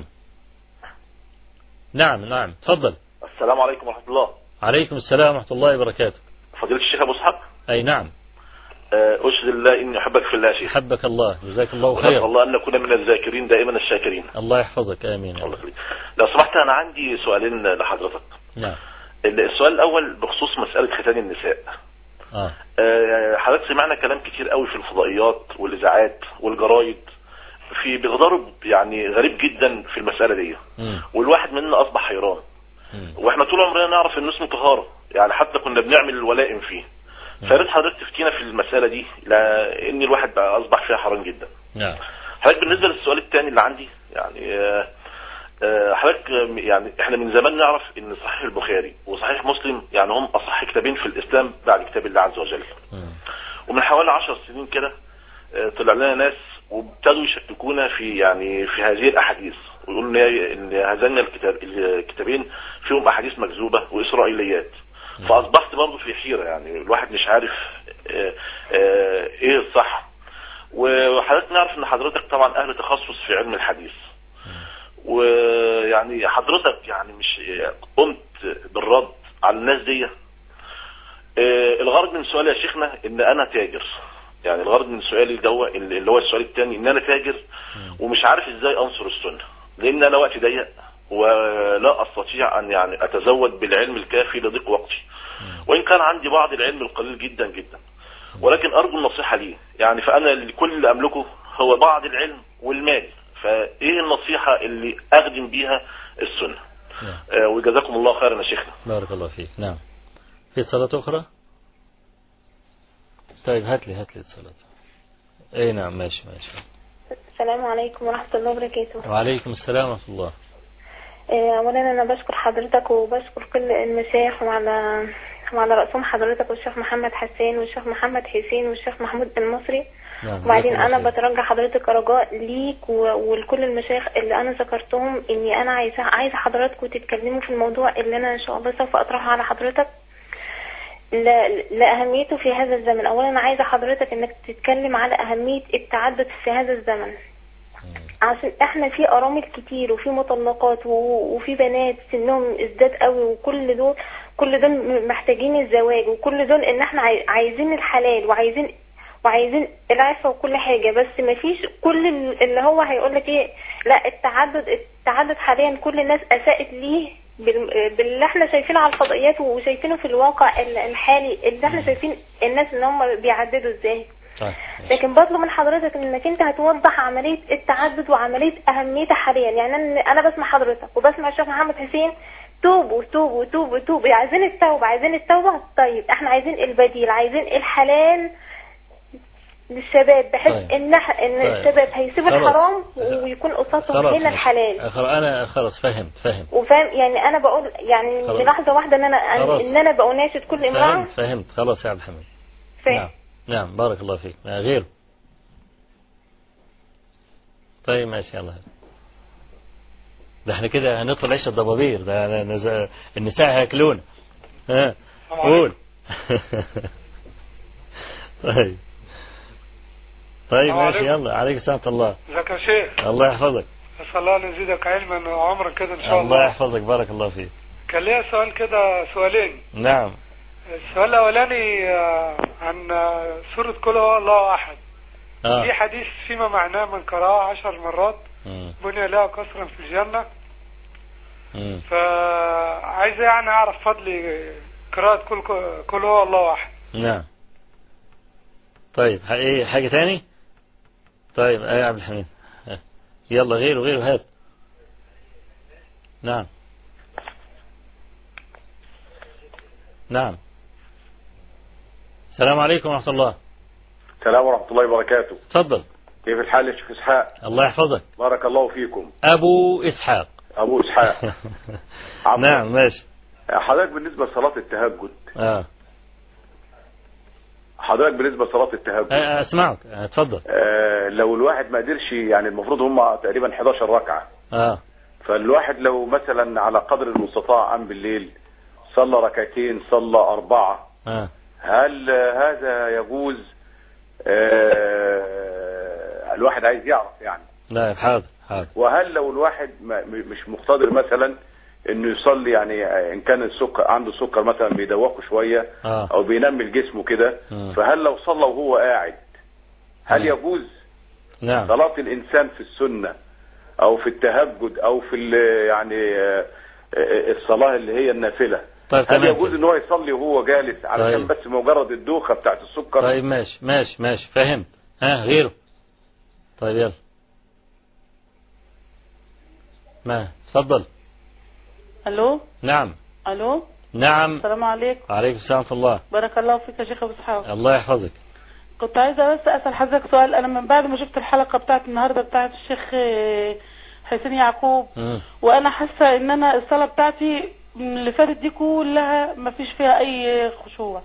نعم تفضل. السلام عليكم ورحمة الله. عليكم السلام ورحمة الله وبركاته. فضيلة الشيخ أبو إسحاق. أي نعم. أشهد الله إني أحبك في الله شيخ. حبك الله، جزاك الله خير. ونسأل الله أن نكون من الذاكرين دائما الشاكرين. الله يحفظك، آمين. الله يخليك. لو سمحت أنا عندي سؤالين لحضرتك. نعم. السؤال الأول بخصوص مسألة ختان النساء. حضرتك سمعنا كلام كتير قوي في الفضائيات والإذاعات والجرايد في بتضارب يعني غريب جدا في المسألة دي، والواحد مننا أصبح حيران. واحنا طول عمرنا نعرف إنه اسمه طهارة، يعني حتى كنا بنعمل الولائم فيه. فياريت حضرتك تفتينا في المسألة دي، لأن الواحد بقى أصبح فيها حرام جدا. نعم. حضرتك بالنسبة للسؤال الثاني اللي عندي، يعني حضرتك يعني احنا من زمان نعرف ان صحيح البخاري وصحيح مسلم يعني هم اصح كتابين في الاسلام بعد كتاب الله عز وجل. ومن حوالي 10 سنين كده طلع لنا ناس وابتدوا يشككونا في يعني في هذه الاحاديث، ويقولوا ان هذين الكتابين فيهم احاديث مكذوبه واسرائيليات. فاصبحت برضه في حيره، يعني الواحد مش عارف ايه الصح. وحضرتك نعرف ان حضرتك طبعا اهل تخصص في علم الحديث، ويعني حضرتك يعني مش قمت بالرد على الناس دي. الغرض من سؤالي يا شيخنا ان انا تاجر، يعني الغرض من سؤالي ده اللي هو السؤال الثاني ان انا تاجر ومش عارف ازاي انصر السنة، لان انا وقتي ضيق ولا استطيع ان يعني اتزود بالعلم الكافي لضيق وقتي، وان كان عندي بعض العلم القليل جدا جدا، ولكن ارجو النصيحة لي. يعني فانا كل اللي املكه هو بعض العلم والمال، فايه النصيحة اللي اخدم بيها السنة؟ وجزاكم الله خيرا يا شيخنا. بارك الله فيك. نعم. في اتصالات اخرى؟ طيب هات لي اتصالات. اي نعم ماشي. السلام عليكم ورحمة الله وبركاته. وعليكم السلام ورحمة الله. اولا انا بشكر حضرتك وبشكر كل المشايخ، وعلى رأسهم حضرتك والشيخ محمد حسين والشيخ محمد حسين والشيخ محمود المصري. وبعدين انا بترجى حضرتك رجاء ليك ولكل المشايخ اللي انا ذكرتهم، اني انا عايزه حضراتكم تتكلموا في الموضوع اللي انا ان شاء الله سوف اطرحه على حضرتك لأهميته في هذا الزمن. اولا عايزه حضرتك انك تتكلم على اهمية التعدد في هذا الزمن. عشان احنا في ارامل كتير وفي مطلقات وفي بنات سنهم ازداد قوي، وكل دول محتاجين الزواج، وكل دول ان احنا عايزين الحلال وعايزين العفة وكل حاجة. بس ما فيش كل اللي هو هيقول لك ايه، لا التعدد حاليا كل الناس اساءت ليه باللي احنا شايفينه على الفضائيات وشايفينه في الواقع الحالي اللي احنا شايفين الناس ان هم بيعددوا ازاي. لكن بطلب من حضرتك انك انت هتوضح عملية التعدد وعملية اهميتها حاليا. يعني انا بسمع حضرتك وبسمع الشيخ محمد حسين توبوا توبوا توبوا توبوا، عايزين التوبة. طيب احنا عايزين البديل، عايزين الحلال للشباب، بحيث ان الشباب هيسيبوا الحرام ويكون قصادهم هنا الحلال. انا خلاص فهمت وفاهم. يعني انا بقول يعني بلحظة واحدة ان انا بأناشد كل امرأة. فهمت خلاص يا عبد الحميد. نعم بارك الله فيك. غير طيب ماشي. يلا ده احنا كده هندخل عيش الضبابير، ده النساء هياكلونا. قول. طيب ماشي. يلا عليك سلامة الله. ازيك يا شيخ؟ الله يحفظك. اسال الله ان يزيدك علما وعمرا كده ان شاء الله. الله يحفظك بارك الله فيك. كان ليا سؤال كده، سؤالين. نعم. السؤال الاولاني عن سورة قل هو الله احد. في حديث فيما معناه من قرأها 10 مرات بني لها قصرا في الجنة. فعايز يعني اعرف فضل قراءة قل هو الله احد. نعم. طيب ايه حاجة تاني؟ طيب يا عبد الحميد يلا غيره هات. نعم. السلام عليكم ورحمة الله. السلام ورحمة الله وبركاته. تفضل. كيف الحال يا شيخ إسحاق؟ الله يحفظك. بارك الله فيكم. أبو إسحاق. نعم ماشي. حضرتك بالنسبة لصلاة التهجد. حضرتك بالنسبة لصلاة التهجد. أسمعك تفضل. لو الواحد ما قدرش، يعني المفروض هم تقريبا 11 ركعة. فالواحد لو مثلا على قدر المستطاع قام بالليل صلى ركعتين، صلى 4. هل هذا يجوز؟ الواحد عايز يعرف يعني. لا حاضر. وهل لو الواحد مش مقتدر مثلا انه يصلي، يعني ان كان السكر عنده سكر مثلا بيدوخه شوية او بينمل جسمه كده، فهل لو صلى وهو قاعد هل يجوز؟ نعم. صلاة الانسان في السنة او في التهجد او في يعني الصلاة اللي هي النافلة، طيب هل يجوز ان هو يصلي وهو جالس علشان بس مجرد الدوخة بتاعت السكر؟ طيب ماشي فهمت. غيره. طيب يلا ما تفضل. الو. نعم. الو. نعم. السلام عليكم. وعليكم السلام ورحمة الله. بارك الله فيك يا شيخ ابو اسحاق. الله يحفظك. كنت عايزه بس اسال حضرتك سؤال. انا من بعد ما شفت الحلقه بتاعت النهارده بتاعت الشيخ حسين يعقوب، وانا حاسه ان انا الصلاه بتاعتي اللي فاتت دي كلها ما فيش فيها اي خشوع.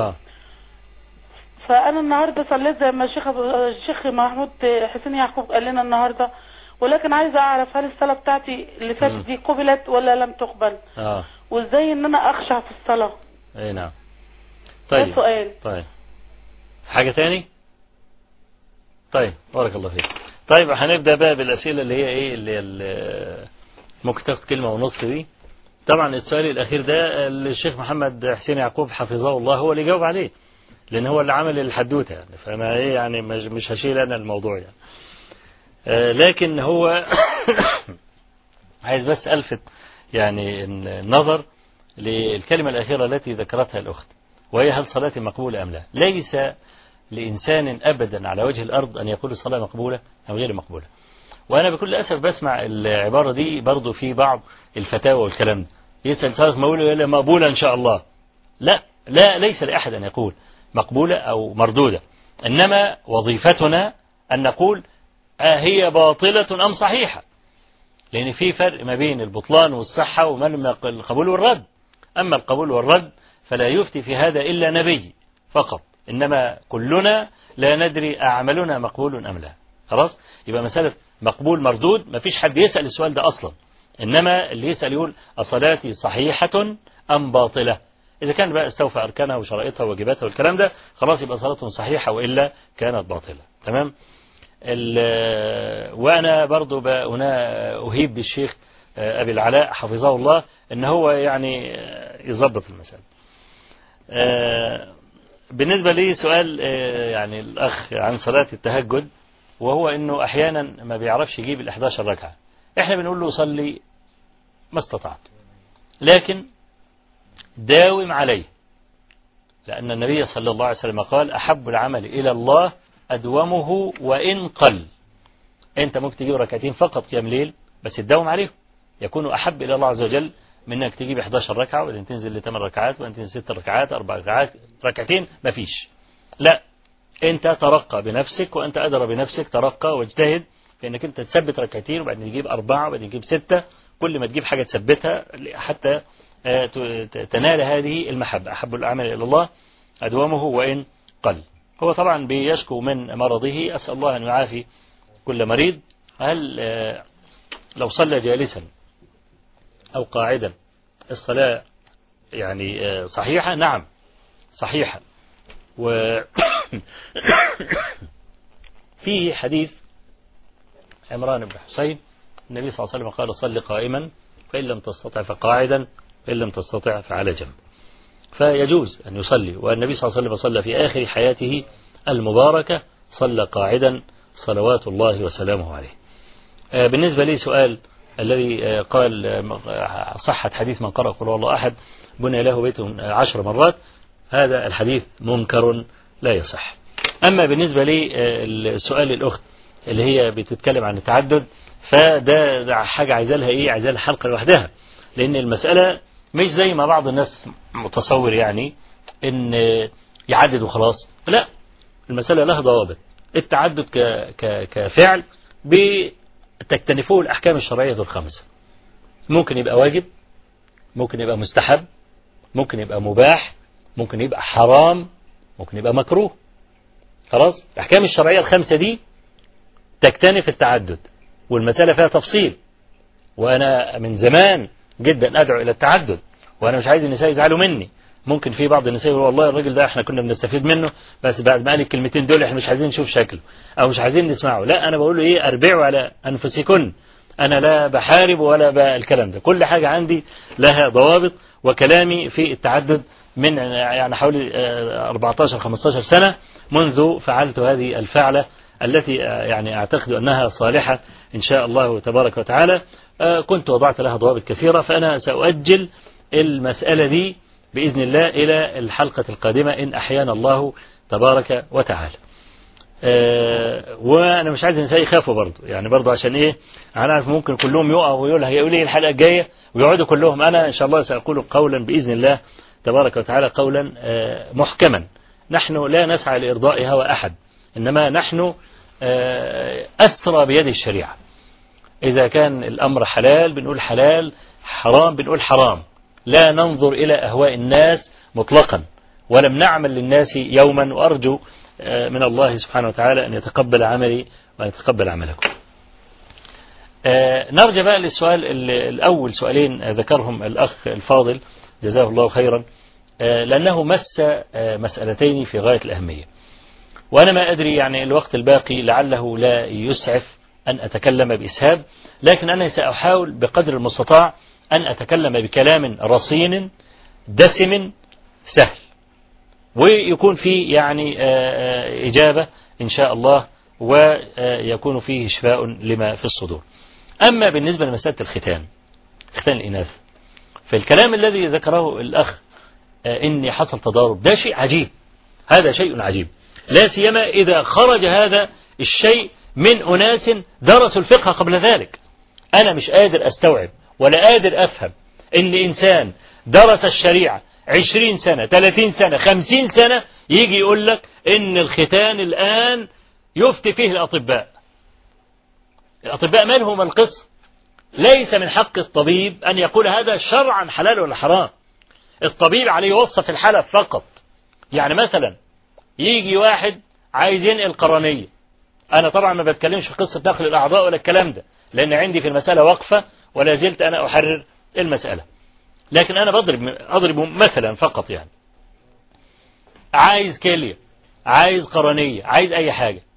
فانا النهارده صليت زي ما الشيخ محمود حسين يعقوب قال لنا النهارده، ولكن عايزه اعرف هل الصلاه بتاعتي اللي فاتت دي قبلت ولا لم تقبل؟ وازاي ان انا اخشع في الصلاه؟ اي نعم. طيب ده سؤال. طيب حاجه تاني؟ طيب بارك الله فيك. طيب هنبدا بقى بالاسئله اللي هي ايه، اللي ممكن تاخد كلمه ونص دي. طبعا السؤال الاخير ده الشيخ محمد حسين يعقوب حفظه الله هو اللي جاوب عليه، لان هو اللي عمل الحدوته يعني، فانا ايه يعني مش هشيل انا الموضوع يعني. لكن هو عايز بس الفت يعني النظر للكلمه الاخيره التي ذكرتها الاخت، وهي هل صلاتي مقبوله ام لا. ليس لانسان ابدا على وجه الارض ان يقول الصلاه مقبوله او غير مقبوله. وانا بكل اسف بسمع العباره دي برضو في بعض الفتاوى والكلام ده، يسال صلاه مقبوله ان شاء الله. لا ليس لاحد ان يقول مقبوله او مردوده، انما وظيفتنا ان نقول هي باطله ام صحيحه، لان في فرق ما بين البطلان والصحه ومن القبول والرد. اما القبول والرد فلا يفتي في هذا الا نبي فقط، انما كلنا لا ندري اعملنا مقبول ام لا. خلاص، يبقى مساله مقبول مردود ما فيش حد يسال السؤال ده اصلا، انما اللي يسال يقول اصلاتي صحيحه ام باطله. إذا كان بقى استوفى أركانها وشرائطها وواجباتها والكلام ده خلاص يبقى صلاتهم صحيحة، وإلا كانت باطلة. تمام. وأنا برضو هنا أهيب بالشيخ أبي العلاء حفظه الله أن هو يعني يضبط المسألة. بالنسبة لي سؤال يعني الأخ عن صلاة التهجد، وهو أنه أحيانا ما بيعرفش يجيب ال11 ركعة. إحنا بنقول له صلي ما استطعت، لكن داوم عليه، لأن النبي صلى الله عليه وسلم قال أحب العمل إلى الله أدومه وإن قل. أنت ممكن تجيب ركعتين فقط قيام ليل بس تداوم عليهم، يكون أحب إلى الله عز وجل من أنك تجيب 11 ركعة وبعدين تنزل ل8 ركعات وبعدين تنزل 6 ركعات 4 ركعات ركعتين مفيش. لا، أنت ترقى بنفسك وأنت أدرى بنفسك، ترقى واجتهد في أنك أنت تثبت ركعتين وبعدين تجيب 4 وبعدين تجيب 6. كل ما تجيب حاجة تثبتها حتى تنال هذه المحبة. أحب الأعمال إلى الله أدومه وإن قل. هو طبعا بيشكو من مرضه، أسأل الله أن يعافي كل مريض. هل لو صلى جالسا أو قاعدا الصلاة يعني صحيحة؟ نعم صحيحة. فيه حديث عمران بن حسين النبي صلى الله عليه وسلم قال صل قائما فإن لم تستطع فقاعدا فإن لم تستطع فعلى جنب. فيجوز أن يصلي، والنبي صلى الله عليه وسلم صلى في آخر حياته المباركة صلى قاعدا صلوات الله وسلامه عليه. بالنسبة لي سؤال الذي قال صحة حديث من قرأ قل هو الله أحد بني له بيت 10 مرات، هذا الحديث منكر لا يصح. أما بالنسبة لي السؤال الأخت اللي هي بتتكلم عن التعدد، فده حاجة عايزة لها إيه؟ عايزة لها حلقة لوحدها، لأن المسألة مش زي ما بعض الناس متصور يعني إن يعدد وخلاص. لا، المسألة لها ضوابط. التعدد كفعل بتكتنفه الأحكام الشرعية الخمسة. ممكن يبقى واجب، ممكن يبقى مستحب، ممكن يبقى مباح، ممكن يبقى حرام، ممكن يبقى مكروه. خلاص، الأحكام الشرعية الخمسة دي تكتنف التعدد، والمسألة فيها تفصيل. وأنا من زمان جدا أدعو إلى التعدد، وأنا مش عايز النساء يزعلوا مني. ممكن في بعض النساء يقولوا والله الراجل ده احنا كنا بنستفيد منه، بس بعد ما قال الكلمتين دول احنا مش عايزين نشوف شكله أو مش عايزين نسمعه. لا، أنا بقول له إيه؟ أربعوا على أنفسكن. أنا لا بحارب ولا الكلام ده، كل حاجة عندي لها ضوابط. وكلامي في التعدد من يعني حوالي 14-15 سنة منذ فعلت هذه الفعلة التي يعني أعتقد أنها صالحة إن شاء الله تبارك وتعالى. كنت وضعت لها ضوابط كثيرة، فأنا سأؤجل المسألة دي بإذن الله إلى الحلقة القادمة إن أحيانا الله تبارك وتعالى. وأنا مش عايز النساء يخافوا برضو، يعني برضو عشان إيه، أنا عارف ممكن كلهم يقعوا ويقولوا هيقول لي الحلقة الجاية ويقعدوا كلهم. أنا إن شاء الله سأقول قولا بإذن الله تبارك وتعالى، قولا محكما. نحن لا نسعى لإرضاء هوى أحد، إنما نحن أسرى بيد الشريعة. إذا كان الأمر حلال بنقول حلال، حرام بنقول حرام. لا ننظر إلى أهواء الناس مطلقا، ولم نعمل للناس يوما. وأرجو من الله سبحانه وتعالى أن يتقبل عملي وأن يتقبل عملكم. نرجع بقى للسؤال الأول، سؤالين ذكرهم الأخ الفاضل جزاه الله خيرا، لأنه مس مسألتين في غاية الأهمية. وأنا ما أدري يعني الوقت الباقي لعله لا يسعف أن أتكلم بإسهاب، لكن أنا سأحاول بقدر المستطاع أن أتكلم بكلام رصين دسم سهل، ويكون فيه يعني إجابة إن شاء الله، ويكون فيه شفاء لما في الصدور. أما بالنسبة لمسألة الختان الإناث، فالكلام الذي ذكره الأخ إن حصل تضارب، ده شيء عجيب، هذا شيء عجيب، لا سيما إذا خرج هذا الشيء من أناس درسوا الفقه قبل ذلك. أنا مش قادر أستوعب ولا قادر أفهم إن إنسان درس الشريعة 20 سنة 30 سنة 50 سنة يجي يقول لك إن الختان الآن يفتي فيه الأطباء. الأطباء مالهم القصة؟ ليس من حق الطبيب أن يقول هذا شرعا حلال ولا حرام. الطبيب عليه يوصف الحالة فقط. يعني مثلا يجي واحد عايز ينقل قرنية، أنا طبعا ما بتكلمش في قصة نقل الأعضاء ولا الكلام ده، لأن عندي في المسألة وقفة ولا زلت أنا أحرر المسألة، لكن أنا أضرب مثلا فقط. يعني عايز كلية، عايز قرنية، عايز أي حاجة،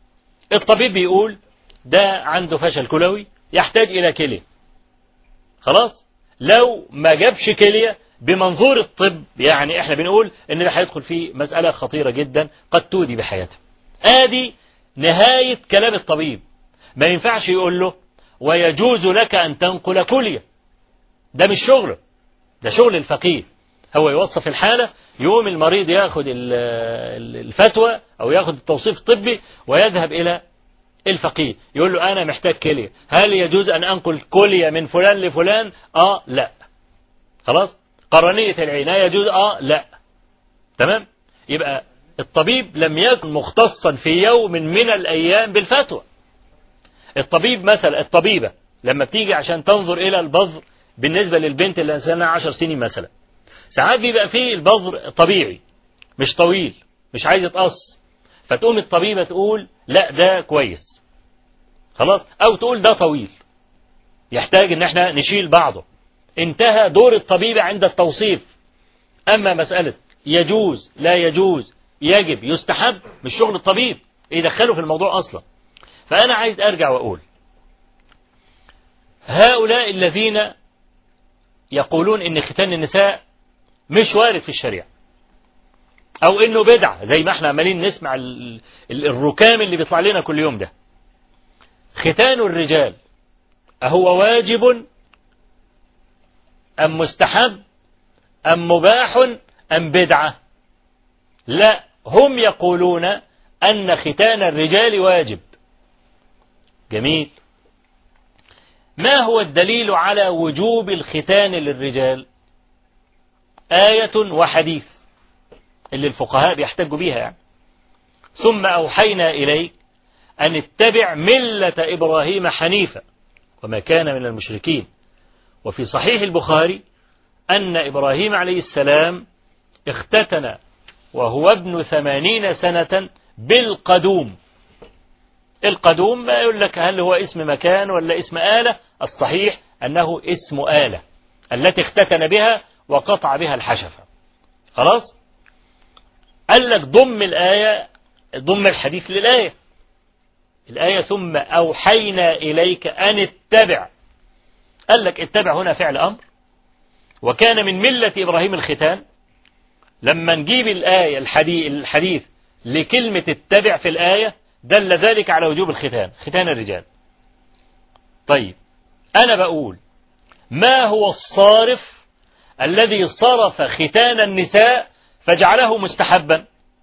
الطبيب بيقول ده عنده فشل كلوي يحتاج إلى كلية، خلاص. لو ما جابش كلية بمنظور الطب، يعني احنا بنقول ان ده هيدخل في مسألة خطيرة جدا قد تودي بحياته. ادي نهاية كلام الطبيب. ما ينفعش يقول له ويجوز لك ان تنقل كلية، ده مش شغله، ده شغل الفقيه. هو يوصف الحالة، يقوم المريض ياخد الفتوى او ياخد التوصيف الطبي ويذهب الى الفقيه يقول له انا محتاج كلية، هل يجوز ان انقل كلية من فلان لفلان؟ لا. خلاص. قرنية العين يجوز؟ لا. تمام. يبقى الطبيب لم يكن مختصا في يوم من الايام بالفتوى. الطبيب مثلا، الطبيبة لما بتيجي عشان تنظر الى البذر بالنسبة للبنت اللي سنها 10 سنين مثلا، ساعات بيبقى فيه البذر طبيعي مش طويل مش عايز يتقص، فتقوم الطبيبة تقول لا ده كويس، خلاص، او تقول ده طويل يحتاج ان احنا نشيل بعضه. انتهى دور الطبيبة عند التوصيف. اما مسألة يجوز لا يجوز يجب يستحب مش شغل الطبيب، يدخله في الموضوع اصلا. فانا عايز ارجع واقول هؤلاء الذين يقولون ان ختان النساء مش وارد في الشريعة او انه بدعة، زي ما احنا عمالين نسمع الركام اللي بيطلع لنا كل يوم ده. ختان الرجال أهو واجب أم مستحب أم مباح أم بدعة؟ لا، هم يقولون أن ختان الرجال واجب. جميل. ما هو الدليل على وجوب الختان للرجال؟ آية وحديث اللي الفقهاء بيحتجوا بيها يعني. ثم أوحينا إليك أن اتبع ملة إبراهيم حنيفا وما كان من المشركين. وفي صحيح البخاري أن إبراهيم عليه السلام اختتن وهو ابن 80 سنة بالقدوم. القدوم ما يقول لك هل هو اسم مكان ولا اسم آلة؟ الصحيح أنه اسم آلة التي اختتن بها وقطع بها الحشفة. خلاص. قال لك ضم الآية، ضم الحديث للآية. الآية ثم أوحينا إليك أن اتبع. قال لك اتبع هنا فعل أمر، وكان من ملة إبراهيم الختان. لما نجيب الآية الحديث لكلمة اتبع في الآية دل ذلك على وجوب الختان، ختان الرجال. طيب أنا بقول ما هو الصارف الذي صرف ختان النساء فجعله مستحبا؟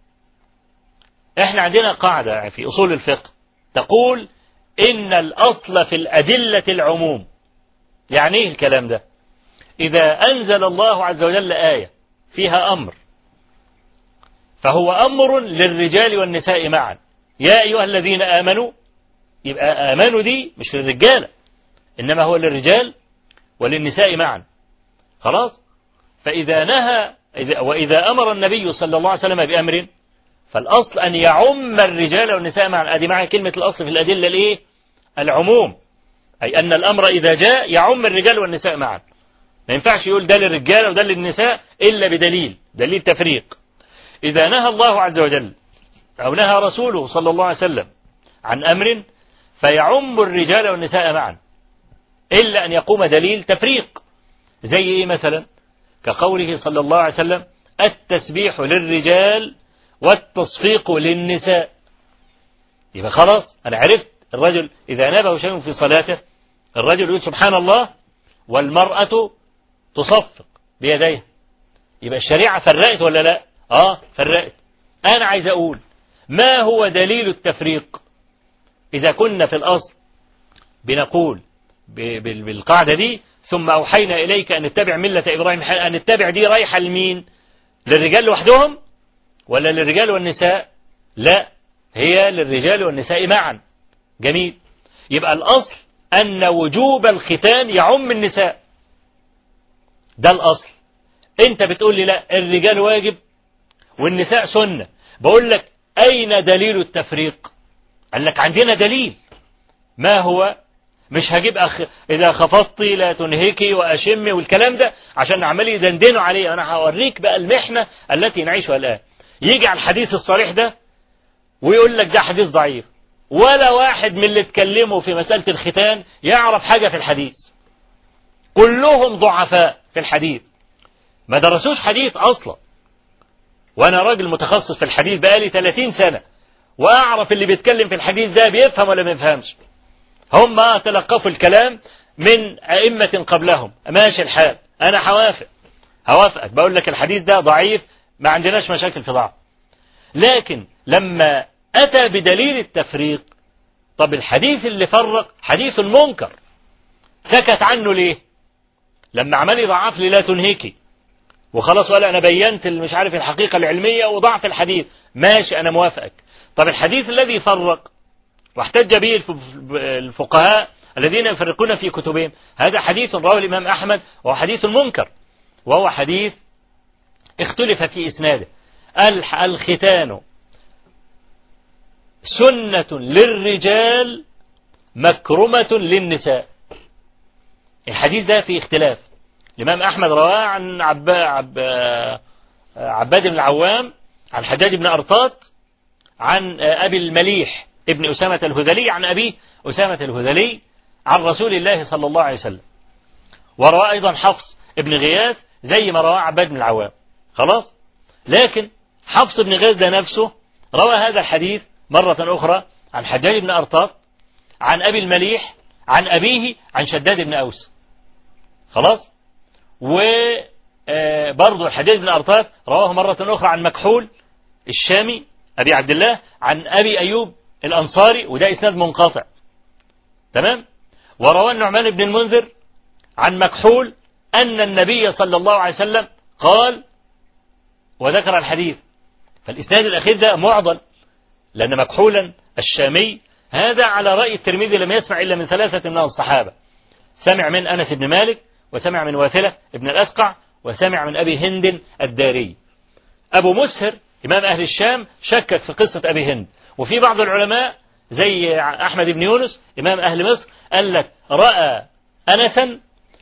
احنا عندنا قاعدة في أصول الفقه تقول إن الأصل في الأدلة العموم. يعني إيه الكلام ده؟ إذا أنزل الله عز وجل آية فيها أمر فهو أمر للرجال والنساء معا. يا أيها الذين آمنوا، يبقى آمنوا دي مش للرجال إنما هو للرجال وللنساء معا. خلاص. فإذا نهى وإذا أمر النبي صلى الله عليه وسلم بأمر فالأصل أن يعم الرجال والنساء معا. أدي معي كلمة الأصل في الأدلة الإيه؟ العموم، أي أن الأمر إذا جاء يعم الرجال والنساء معا. ما ينفعش يقول ده للرجال وده للنساء إلا بدليل، دليل تفريق. إذا نهى الله عز وجل أو نهى رسوله صلى الله عليه وسلم عن أمر فيعم الرجال والنساء معا إلا أن يقوم دليل تفريق. زي إيه مثلا؟ كقوله صلى الله عليه وسلم التسبيح للرجال والتصفيق للنساء. يبقى خلاص أنا عرفت الرجل إذا نابه شيء في صلاته الرجل يقول سبحان الله والمرأة تصفق بيديها. يبقى الشريعة فرقت ولا لا؟ فرقت. أنا عايز أقول ما هو دليل التفريق؟ إذا كنا في الأصل بنقول بالقاعدة دي ثم أوحينا إليك أن نتبع ملة إبراهيم، أن نتبع دي رايحة لمين؟ للرجال لوحدهم ولا للرجال والنساء؟ لا، هي للرجال والنساء معا. جميل. يبقى الأصل أن وجوب الختان يعم النساء، ده الأصل. أنت بتقول لي لا الرجال واجب والنساء سنة. بقول لك أين دليل التفريق؟ قال لك عندنا دليل. ما هو؟ مش هجيب إذا خفضتي لا تنهكي وأشمي والكلام ده عشان عمال يدندنوا عليه. أنا هوريك بقى المحنة التي نعيشها الآن. يجي على الحديث الصريح ده ويقول لك ده حديث ضعيف. ولا واحد من اللي اتكلموا في مسألة الختان يعرف حاجة في الحديث، كلهم ضعفاء في الحديث، ما درسوش حديث أصلا. وأنا راجل متخصص في الحديث بقالي 30 سنة، وأعرف اللي بيتكلم في الحديث ده بيفهم ولا ما بيفهمش. هم تلقفوا الكلام من أئمة قبلهم، ماشي الحال، أنا هوافقك، بقول لك الحديث ده ضعيف، ما عندناش مشاكل في ضعف. لكن لما أتى بدليل التفريق، طب الحديث اللي فرق حديث منكر، سكت عنه ليه؟ لما عمال يضعف لي لا تنهكي وخلاص، ولا أنا بينت مش عارف الحقيقة العلمية وضعف الحديث، ماشي أنا موافقك. طب الحديث الذي فرق واحتج به الفقهاء الذين يفرقون في كتبهم، هذا حديث رواه الإمام أحمد وهو حديث منكر، وهو حديث اختلف في إسناده. الختان سنة للرجال مكرمة للنساء. الحديث ده فيه اختلاف. الإمام أحمد رواه عن عباد بن العوام عن حجاج بن أرطاط عن أبي المليح ابن أسامة الهذلي عن أبي أسامة الهذلي عن رسول الله صلى الله عليه وسلم. ورواه أيضا حفص ابن غياث زي ما رواه عباد بن العوام. خلاص. لكن حفص بن غياث ده نفسه روى هذا الحديث مرة أخرى عن حجاج بن أرطاط عن أبي المليح عن أبيه عن شداد بن أوس. خلاص. وبرضه الحجاج بن أرطاط رواه مرة أخرى عن مكحول الشامي أبي عبد الله عن أبي أيوب الأنصاري، وده إسناد منقطع. تمام. وروى النعمان بن المنذر عن مكحول أن النبي صلى الله عليه وسلم قال وذكر الحديث. فالإسناد الأخير ده معضل، لأن مكحولا الشامي هذا على رأي الترمذي لم يسمع إلا من 3 من الصحابة، سمع من أنس بن مالك، وسمع من واثلة ابن الأسقع، وسمع من أبي هند الداري. أبو مسهر إمام أهل الشام شكك في قصة أبي هند، وفي بعض العلماء زي أحمد بن يونس إمام أهل مصر قال لك رأى أنسا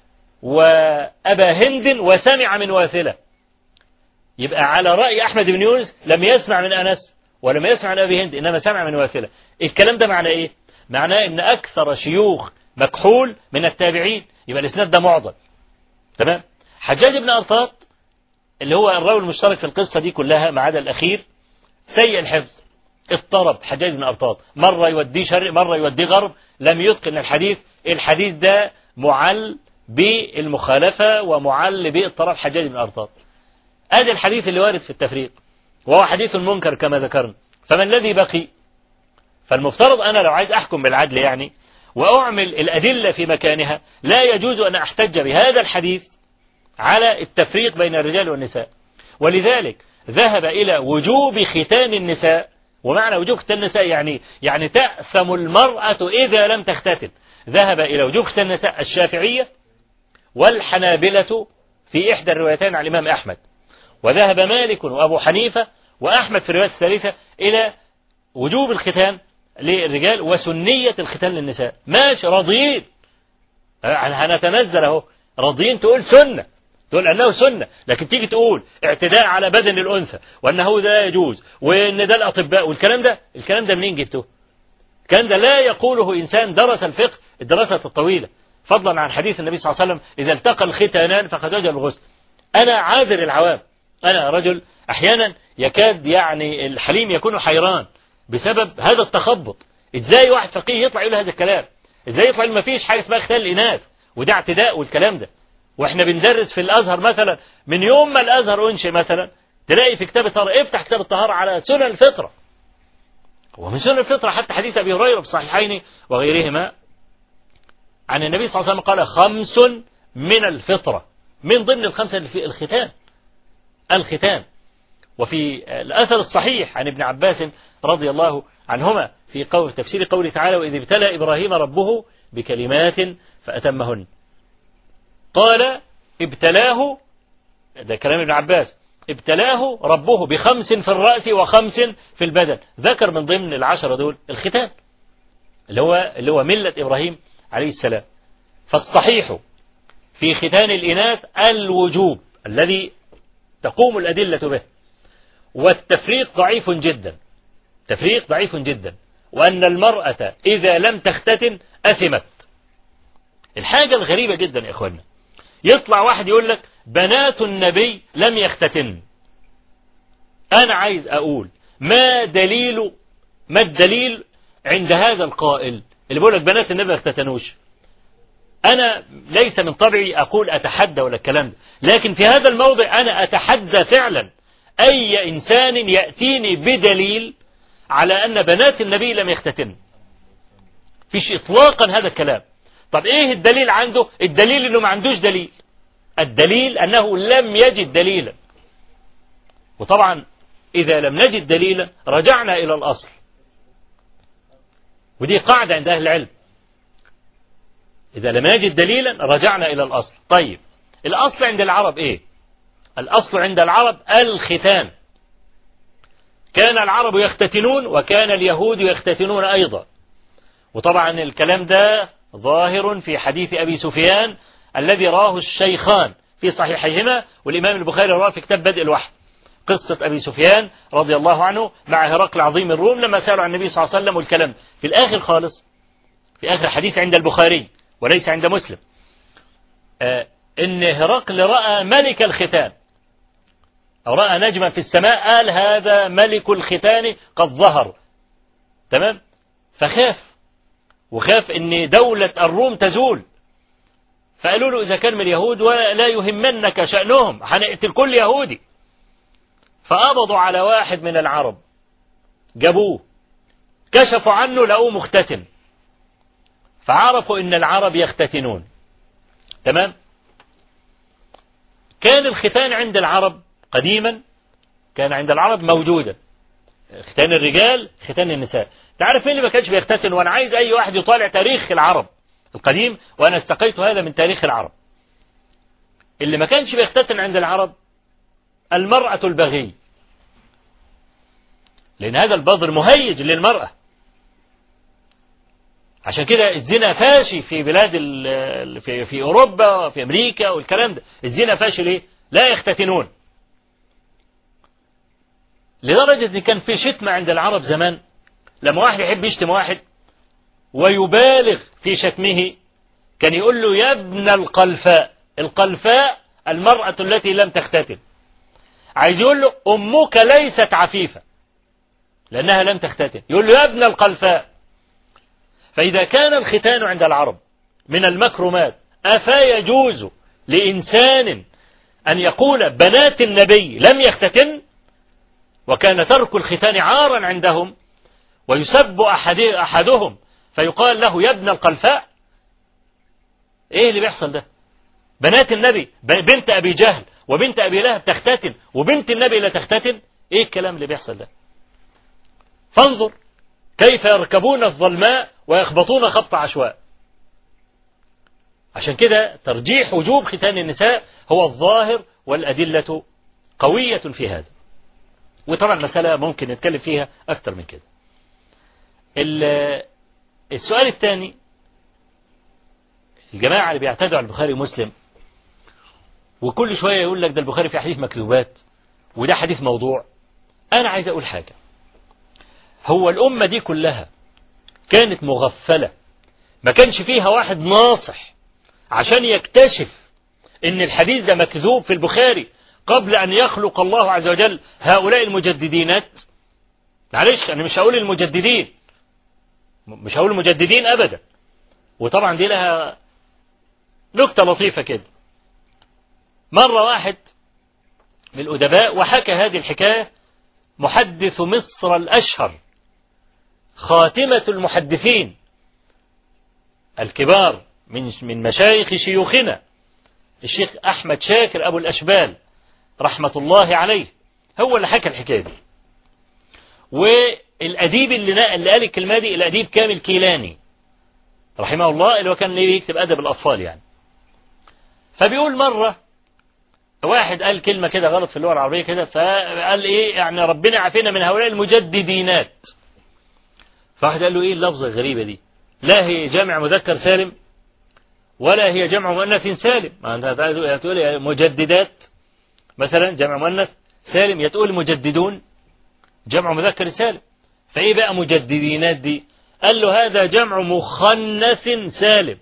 وأبا هند وسمع من واثلة. يبقى على رأي أحمد بن يونس لم يسمع من أنس ولم يسمع من أبي هند، إنما سمع من واثلة. الكلام ده معناه إيه؟ معناه إن أكثر شيوخ مكحول من التابعين، يبقى الإسناد ده معضل. تمام. حجاج بن أرطاط اللي هو الراوي المشترك في القصة دي كلها ما عدا الأخير سيء الحفظ، اضطرب حجاج بن أرطاط، مرة يوديه شرق مرة يوديه غرب، لم يتقن الحديث. الحديث ده معل بالمخالفة ومعل باضطراب حجاج بن أرطاط. هذا الحديث اللي وارد في التفريق، وهو حديث منكر كما ذكرنا. فما الذي بقي؟ فالمفترض أنا لو عايز أحكم بالعدل يعني وأعمل الأدلة في مكانها، لا يجوز أن أحتج بهذا الحديث على التفريق بين الرجال والنساء. ولذلك ذهب إلى وجوب ختان النساء. ومعنى وجوب ختان النساء يعني تأثم المرأة إذا لم تختتن. ذهب إلى وجوب ختان النساء الشافعية والحنابلة في إحدى الروايتين عن الإمام أحمد، وذهب مالك وأبو حنيفة وأحمد في الرواية الثالثة إلى وجوب الختان للرجال وسنية الختان للنساء. ماشي، راضيين، هنتنزل اهو، راضيين تقول سنة، تقول أنه سنة، لكن تيجي تقول اعتداء على بدن الأنثى وأنه ده يجوز وأن ده الأطباء والكلام ده منين جبته؟ الكلام ده لا يقوله إنسان درس الفقه الدراسة الطويلة، فضلا عن حديث النبي صلى الله عليه وسلم إذا التقى الختانان فقد وجب الغسل. أنا عاذر العوام، أنا رجل أحيانا يكاد يعني الحليم يكون حيران بسبب هذا التخبط. إزاي واحد فقيه يطلع يقول هذا الكلام؟ إزاي يطلع ما فيش حاجة اسمها ختان الإناث وده اعتداء والكلام ده؟ واحنا بندرس في الأزهر مثلا، من يوم ما الأزهر أنشئ مثلا تلاقي في كتاب الطهارة، افتح كتاب الطهارة على سنن الفطرة، ومن سنن الفطرة حتى حديث أبي هريرة في الصحيحين وغيرهما عن النبي صلى الله عليه وسلم قال 5 من الفطرة، من ضمن ال5 الختان. وفي الأثر الصحيح عن ابن عباس رضي الله عنهما في تفسير قوله تعالى وإذ ابتلى إبراهيم ربه بكلمات فأتمهن، قال ابتلاه، ده كلام ابن عباس، ابتلاه ربه ب5 في الرأس و5 في البدن، ذكر من ضمن ال10 دول الختان اللي هو ملة إبراهيم عليه السلام. فالصحيح في ختان الإناث الوجوب الذي تقوم الأدلة به، والتفريق ضعيف جدا، تفريق ضعيف جدا. وأن المرأة إذا لم تختتن أثمت. الحاجة الغريبة جدا يا إخوانا، يطلع واحد يقول لك بنات النبي لم يختتن. أنا عايز أقول ما الدليل عند هذا القائل اللي بيقول لك بنات النبي ما يختتنوش؟ أنا ليس من طبعي أقول أتحدى ولا الكلام ده، لكن في هذا الموضع أنا أتحدى فعلا أي إنسان يأتيني بدليل على أن بنات النبي لم يختتن. فيش إطلاقا هذا الكلام. طب إيه الدليل عنده؟ الدليل إنه ما عندوش دليل. الدليل أنه لم يجد دليلا. وطبعا إذا لم نجد دليلا رجعنا إلى الأصل، ودي قاعدة عند أهل العلم. إذا لم نجد دليلا رجعنا إلى الأصل. طيب الأصل عند العرب إيه؟ الأصل عند العرب الختان. كان العرب يختتنون وكان اليهود يختتنون أيضا. وطبعا الكلام ده ظاهر في حديث أبي سفيان الذي راه الشيخان في صحيحيهما، والإمام البخاري رواه في كتاب بدء الوحي، قصة أبي سفيان رضي الله عنه مع هرقل عظيم الروم لما سألوا عن النبي صلى الله عليه وسلم، والكلام في الآخر خالص، في آخر حديث عند البخاري وليس عند مسلم، إن هرقل رأى ملك الختان أو رأى نجما في السماء، قال هذا ملك الختان قد ظهر. تمام؟ وخاف إن دولة الروم تزول، فقالوا له إذا كان من اليهود ولا يهمنك شأنهم، هنقتل كل يهودي. فقبضوا على واحد من العرب، جابوه كشفوا عنه لقوه مختتن، فعرفوا إن العرب يختتنون. تمام؟ كان الختان عند العرب قديما، كان عند العرب موجودا، ختان الرجال ختان النساء. تعرف مين اللي ما كانش بيختتن؟ وانا عايز اي واحد يطالع تاريخ العرب القديم، وانا استقيت هذا من تاريخ العرب. اللي ما كانش بيختتن عند العرب المرأة البغي، لان هذا البذر مهيج للمرأة. عشان كده الزنا فاشي في بلاد في اوروبا وفي امريكا والكلام ده، الزنا فاشي ليه؟ لا يختتنون. لدرجة ان كان في شتم عند العرب زمان، لما واحد يحب يشتم واحد ويبالغ في شتمه كان يقول له يا ابن القلفاء. القلفاء المرأة التي لم تختتن. عايز يقول له أمك ليست عفيفة لأنها لم تختتن، يقول له يا ابن القلفاء. فإذا كان الختان عند العرب من المكرمات، أفا يجوز لإنسان أن يقول بنات النبي لم يختتن؟ وكان ترك الختان عارا عندهم، ويسب أحدهم فيقال له يا ابن القلفاء. ايه اللي بيحصل ده؟ بنات النبي، بنت أبي جهل وبنت أبي لهب تختتن وبنت النبي لا تختتن. ايه الكلام اللي بيحصل ده؟ فانظر كيف يركبون الظلماء ويخبطون خبط عشواء. عشان كده ترجيح وجوب ختان النساء هو الظاهر، والأدلة قوية في هذا. وطبعا مسألة ممكن نتكلم فيها أكثر من كده. السؤال الثاني، الجماعة اللي بيعتدوا على البخاري ومسلم وكل شوية يقول لك ده البخاري في حديث مكذوبات وده حديث موضوع. أنا عايز أقول حاجة، هو الأمة دي كلها كانت مغفلة، ما كانش فيها واحد ناصح عشان يكتشف إن الحديث ده مكذوب في البخاري قبل أن يخلق الله عز وجل هؤلاء المجددينات. معلش أنا مش هقول المجددين، مش هقول المجددين أبدا. وطبعا دي لها نكتة لطيفة كده. مرة واحد من الأدباء وحكى هذه الحكاية، محدث مصر الأشهر، خاتمة المحدثين الكبار من مشايخ شيوخنا، الشيخ أحمد شاكر أبو الأشبال رحمة الله عليه، هو اللي حكى الحكاية دي. والأديب اللي قال الكلمة دي الأديب كامل كيلاني رحمه الله، اللي هو كان يكتب أدب الأطفال يعني. فبيقول مرة واحد قال كلمة كده غلط في اللغة العربية كده، فقال إيه يعني ربنا عافينا من هؤلاء المجددينات. فواحد قال له إيه اللفظة الغريبة دي؟ لا هي جمع مذكر سالم ولا هي جمع مؤنث سالم. ما أنت هتقول مجددات مثلا جمع مؤنث سالم، يتقول مجددون جمع مذكر سالم. فإيه بقى مجددينات دي؟ قال له هذا جمع مخنث سالم.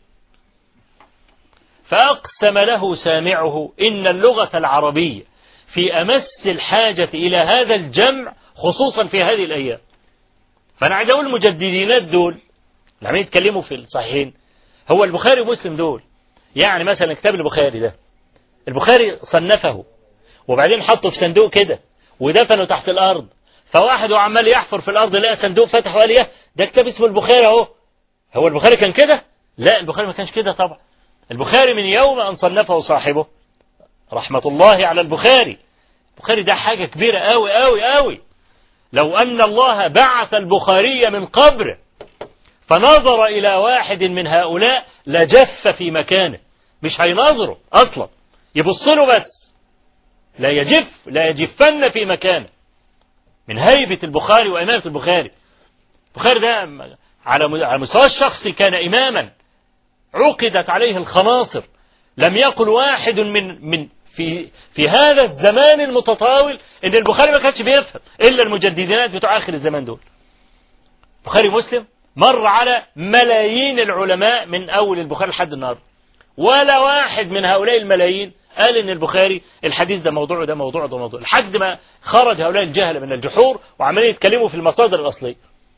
فأقسم له سامعه إن اللغة العربية في أمس الحاجة إلى هذا الجمع خصوصا في هذه الأيام. فأنا عايز أقول المجددينات دول لما يتكلموا في الصحيحين، هو البخاري ومسلم دول، يعني مثلا كتاب البخاري ده، البخاري صنفه وبعدين حطه في صندوق كده ودفنه تحت الأرض، فواحد وعمال يحفر في الأرض لقى صندوق فتح وقال إيه ده كتاب اسمه البخاري أهو. هو البخاري كان كده؟ لا، البخاري ما كانش كده طبعا. البخاري من يوم أن صنفه صاحبه رحمة الله على البخاري ده حاجة كبيرة أوي أوي أوي. لو أن الله بعث البخاري من قبره فنظر إلى واحد من هؤلاء لجف في مكانه، مش هينظره أصلا، يبص له بس، لا يجفن في مكانه من هيبة البخاري وإمامة البخاري. البخاري ده على مستوى الشخصي كان إماما عقدت عليه الخناصر، لم يقل واحد من في هذا الزمان المتطاول ان البخاري ما كانش بيفهم الا المجددينات بتوع اخر الزمان دول. البخاري مسلم مر على ملايين العلماء من اول البخاري لحد النهارده، ولا واحد من هؤلاء الملايين قال ان البخاري الحديث ده موضوع ده موضوع ده موضوع، لحد ما خرج هؤلاء الجهله من الجحور وعمالين يتكلموا في المصادر الاصليه.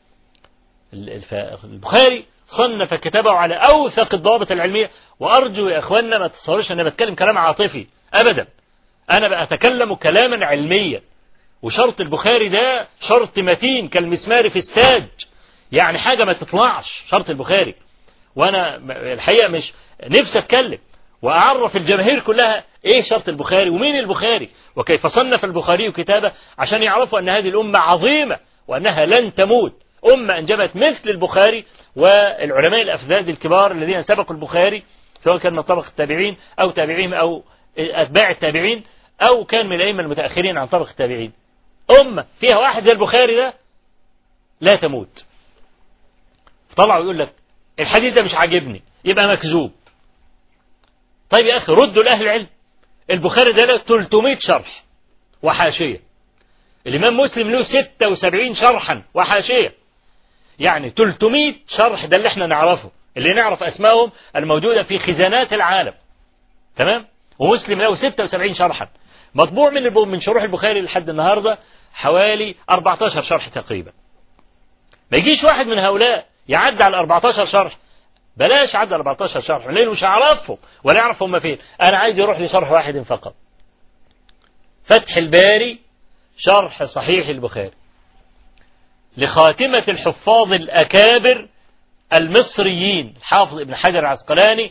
البخاري صنف كتابه على اوثق الضوابط العلميه، وارجو يا اخواننا ما تتصورش ان انا بتكلم كلام عاطفي ابدا، انا بتكلم كلاما علميا. وشرط البخاري ده شرط متين كالمسمار في الساج، يعني حاجه ما تطلعش شرط البخاري. وانا الحقيقه مش نفسي اتكلم واعرف الجماهير كلها ايه شرط البخاري ومين البخاري وكيف صنف البخاري كتابه، عشان يعرفوا ان هذه الامه عظيمه وانها لن تموت، امه انجبت مثل البخاري والعلماء الافذاذ الكبار الذين سبقوا البخاري، سواء كان من طبقه التابعين او تابعيهم او اتباع التابعين او كان من الائمه المتاخرين عن طبقه التابعين. امه فيها واحد زي البخاري ده لا تموت. طلعوا يقول لك الحديث ده مش عاجبني يبقى مكذوب. طيب يا اخي ردوا لاهل العلم، البخاري ده له 300 شرح وحاشيه، الامام مسلم له 76 شرحا وحاشيه، يعني 300 شرح، ده اللي احنا نعرفه، اللي نعرف اسمائهم الموجوده في خزانات العالم، تمام؟ ومسلم له 76 شرحا، مطبوع من شروح البخاري لحد النهارده حوالي 14 شرح تقريبا. ما يجيش واحد من هؤلاء يعدي على 14 شرح، بلاش عدى 14 شرح لانه مش هعرفهم ولا يعرف هم فين. انا عايز يروح لشرح واحد فقط، فتح الباري شرح صحيح البخاري لخاتمة الحفاظ الأكابر المصريين الحافظ ابن حجر العسقلاني،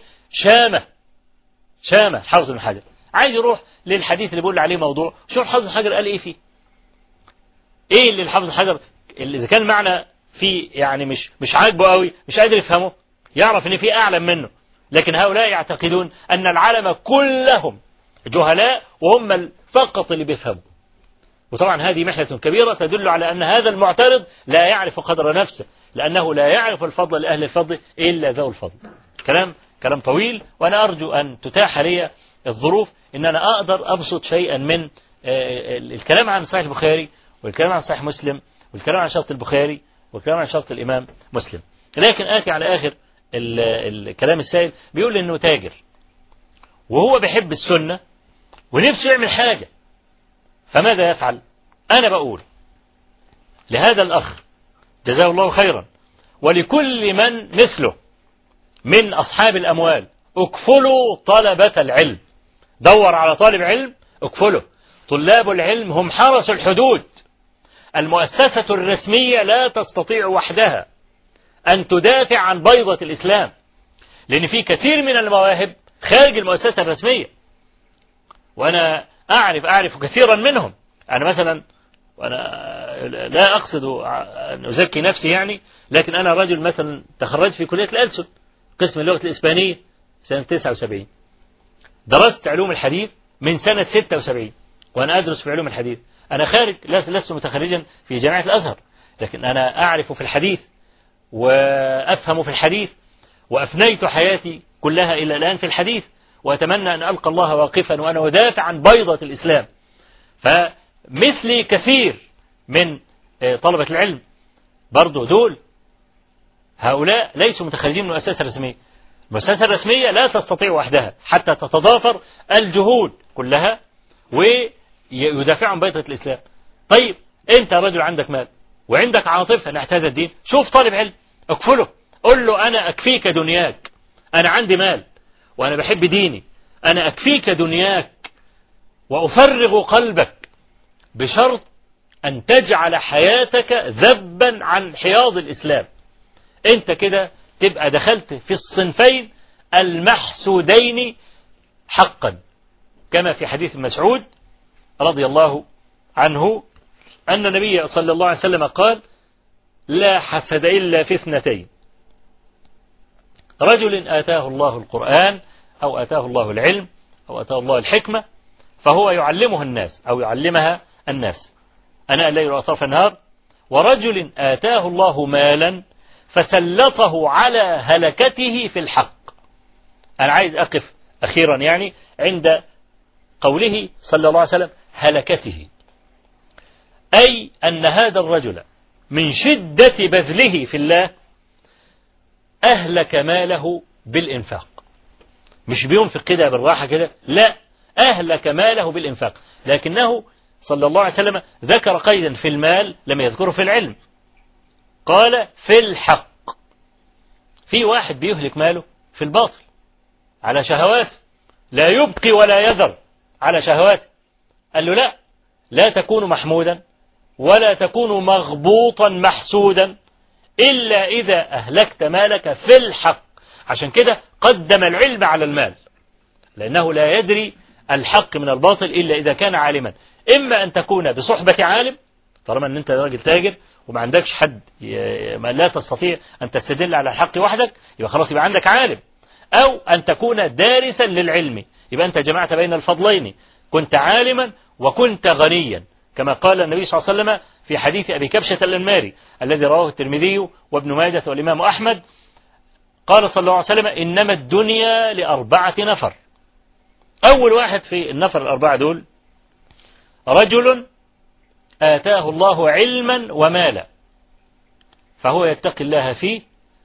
شامة حافظ ابن حجر. عايز يروح للحديث اللي بيقول عليه موضوع، شو الحافظ الحجر قال ايه فيه، ايه اللي الحافظ الحجر اللي اذا كان معنى فيه يعني مش عاجبه قوي، مش قادر يفهمه، يعرف ان في اعلم منه. لكن هؤلاء يعتقدون ان العالم كلهم جهلاء وهم فقط اللي بيفهموا. وطبعا هذه محنة كبيرة تدل على أن هذا المعترض لا يعرف قدر نفسه، لأنه لا يعرف الفضل لأهل الفضل إلا ذو الفضل. كلام طويل، وأنا أرجو أن تتاح لي الظروف أن أنا أقدر أبسط شيئا من الكلام عن صحيح البخاري والكلام عن صحيح مسلم والكلام عن شرط البخاري والكلام عن شرط الإمام مسلم. لكن آتي على آخر الكلام السائل، بيقول إنه تاجر وهو بيحب السنة ونفسه يعمل حاجة، فماذا يفعل؟ أنا بقول لهذا الأخ جزاه الله خيرا ولكل من مثله من أصحاب الأموال، اكفلوا طلبة العلم، دور على طالب علم اكفله. طلاب العلم هم حرس الحدود، المؤسسة الرسمية لا تستطيع وحدها أن تدافع عن بيضة الإسلام، لأن في كثير من المواهب خارج المؤسسة الرسمية، وأنا أعرف كثيرا منهم. أنا مثلا، وأنا لا أقصد أن أزكي نفسي يعني، لكن أنا رجل مثلا تخرجت في كلية الألسن قسم اللغة الإسبانية سنة 79، درست علوم الحديث من سنة 76 وأنا أدرس في علوم الحديث. أنا خارج، لست متخرجا في جامعة الأزهر، لكن أنا أعرف في الحديث وأفهم في الحديث، وأفنيت حياتي كلها إلى الآن في الحديث، وأتمنى أن ألقى الله واقفا وأنا أدافع عن بيضة الإسلام. فمثلي كثير من طلبة العلم برضو دول هؤلاء ليسوا متخرجين من المؤسسة الرسمية. المؤسسة الرسمية لا تستطيع وحدها حتى تتضافر الجهود كلها ويدافع عن بيضة الإسلام. طيب أنت رجل عندك مال وعندك عاطفة نحو هذا الدين، شوف طالب علم اكفله، قل له أنا أكفيك دنياك، أنا عندي مال وأنا بحب ديني، أنا أكفيك دنياك وأفرغ قلبك، بشرط أن تجعل حياتك ذبا عن حياض الإسلام. أنت كده تبقى دخلت في الصنفين المحسودين حقا، كما في حديث مسعود رضي الله عنه أن النبي صلى الله عليه وسلم قال: لا حسد إلا في اثنتين، رجل آتاه الله القرآن أو آتاه الله العلم أو آتاه الله الحكمة فهو يعلمه الناس أو يعلمها الناس أنا الليل وأطراف النهار، ورجل آتاه الله مالا فسلطه على هلكته في الحق. أنا عايز أقف أخيرا يعني عند قوله صلى الله عليه وسلم هلكته، أي أن هذا الرجل من شدة بذله في الله أهلك ماله بالإنفاق، مش بينفق كده بالراحة كده، لا، أهلك ماله بالإنفاق. لكنه صلى الله عليه وسلم ذكر قيدا في المال لم يذكره في العلم، قال في الحق. في واحد بيهلك ماله في الباطل على شهواته، لا يبقي ولا يذر على شهواته، قال له لا تكون محمودا ولا تكون مغبوطا محسودا إلا إذا أهلكت مالك في الحق. عشان كده قدم العلم على المال، لأنه لا يدري الحق من الباطل إلا إذا كان عالما. إما أن تكون بصحبة عالم، طالما أن أنت راجل تاجر وما عندكش حد ما لا تستطيع أن تستدل على الحق وحدك، يبقى خلاص يبقى عندك عالم، أو أن تكون دارسا للعلم، يبقى أنت جمعت بين الفضلين، كنت عالما وكنت غنيا، كما قال النبي صلى الله عليه وسلم في حديث أبي كبشة الأنماري الذي رواه الترمذي وابن ماجة والإمام أحمد، قال صلى الله عليه وسلم إنما الدنيا ل4 نفر. أول واحد في النفر ال4 دول رجل آتاه الله علما ومالا فهو يتقي الله فيه،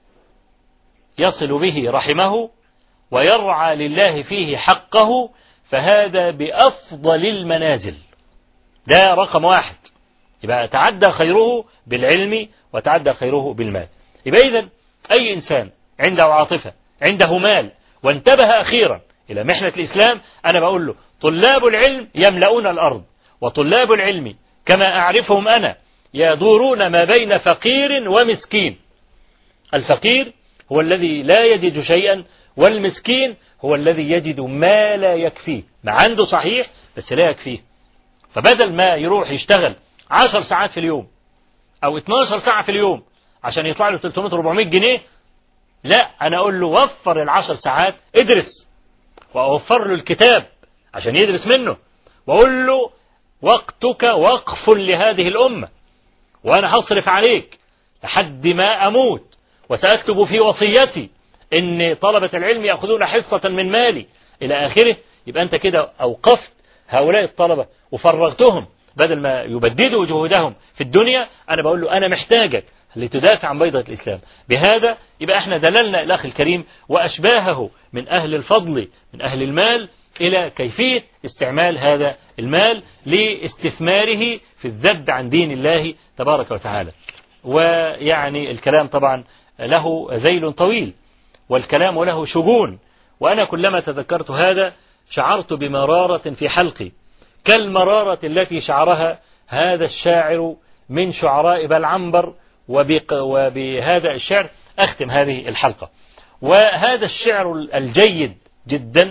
يصل به رحمه ويرعى لله فيه حقه، فهذا بأفضل المنازل. ده رقم 1، يبقى تعدى خيره بالعلم وتعدى خيره بالمال. يبقى إذن أي إنسان عنده عاطفة عنده مال وانتبه أخيرا إلى محنة الإسلام، أنا بقول له طلاب العلم يملؤون الأرض، وطلاب العلم كما أعرفهم أنا يدورون ما بين فقير ومسكين. الفقير هو الذي لا يجد شيئا، والمسكين هو الذي يجد ما لا يكفيه، ما عنده صحيح بس لا يكفيه، فبدل ما يروح يشتغل 10 ساعات في اليوم أو 12 ساعة في اليوم عشان يطلع له 300-400 جنيه، لا، أنا أقول له وفر ال10 ساعات ادرس، وأوفر له الكتاب عشان يدرس منه، وأقول له وقتك وقف لهذه الأمة، وأنا هصرف عليك لحد ما أموت، وسأكتب في وصيتي إن طلبة العلم يأخذون حصة من مالي إلى آخره. يبقى أنت كده أوقفت هؤلاء الطلبة وفرغتهم، بدل ما يبددوا جهودهم في الدنيا، أنا بقول له أنا محتاجك لتدافع عن بيضة الإسلام. بهذا يبقى احنا دللنا الأخ الكريم وأشباهه من أهل الفضل من أهل المال إلى كيفية استعمال هذا المال لاستثماره في الذب عن دين الله تبارك وتعالى. ويعني الكلام طبعا له ذيل طويل والكلام له شجون، وأنا كلما تذكرت هذا شعرت بمرارة في حلقي كالمرارة التي شعرها هذا الشاعر من شعراء بلعنبر. وبهذا الشعر أختم هذه الحلقة. وهذا الشعر الجيد جدا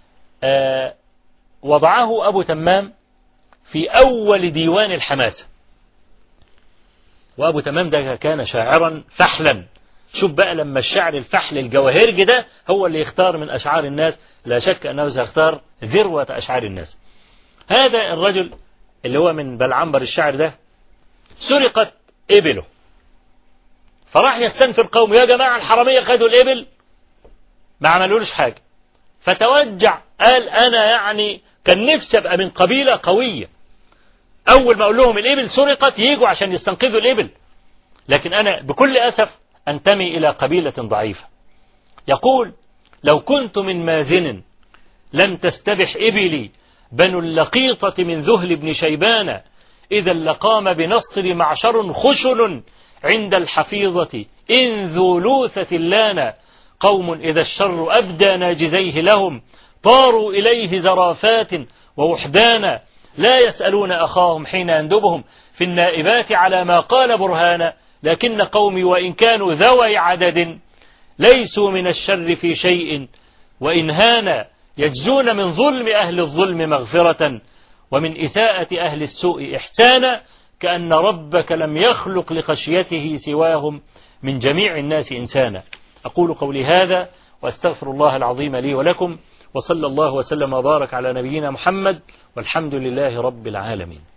وضعه أبو تمام في أول ديوان الحماسة، وأبو تمام ده كان شاعرا فحلا. شوف بقى لما الشعر الفحل الجواهرج ده هو اللي يختار من أشعار الناس، لا شك أنه سيختار ذروة أشعار الناس. هذا الرجل اللي هو من بلعنبر الشعر ده سرقت إبله، فراح يستنفر قوم، يا جماعة الحرامية خدوا الإبل، ما عملولش حاجة، فتوجع قال أنا يعني كان نفسي أبقى من قبيلة قوية، أول ما أقول لهم الإبل سرقت ييجوا عشان يستنقذوا الإبل، لكن أنا بكل أسف أنتمي إلى قبيلة ضعيفة. يقول: لو كنت من مازن لم تستبح إبلي بنو اللقيطة من ذهل بن شيبان، إذا لقام بنصر معشر خشن عند الحفيظة إن ذو لوثة لانا، قوم إذا الشر أبدى ناجزيه لهم طاروا إليه زرافات ووحدانا، لا يسألون أخاهم حين يندبهم في النائبات على ما قال برهانا، لكن قومي وإن كانوا ذوي عدد ليسوا من الشر في شيء، وإن هانا يجزون من ظلم أهل الظلم مغفرة، ومن إساءة أهل السوء إحسانا، كأن ربك لم يخلق لخشيته سواهم من جميع الناس إنسانا. أقول قولي هذا وأستغفر الله العظيم لي ولكم، وصلى الله وسلم وبارك على نبينا محمد، والحمد لله رب العالمين.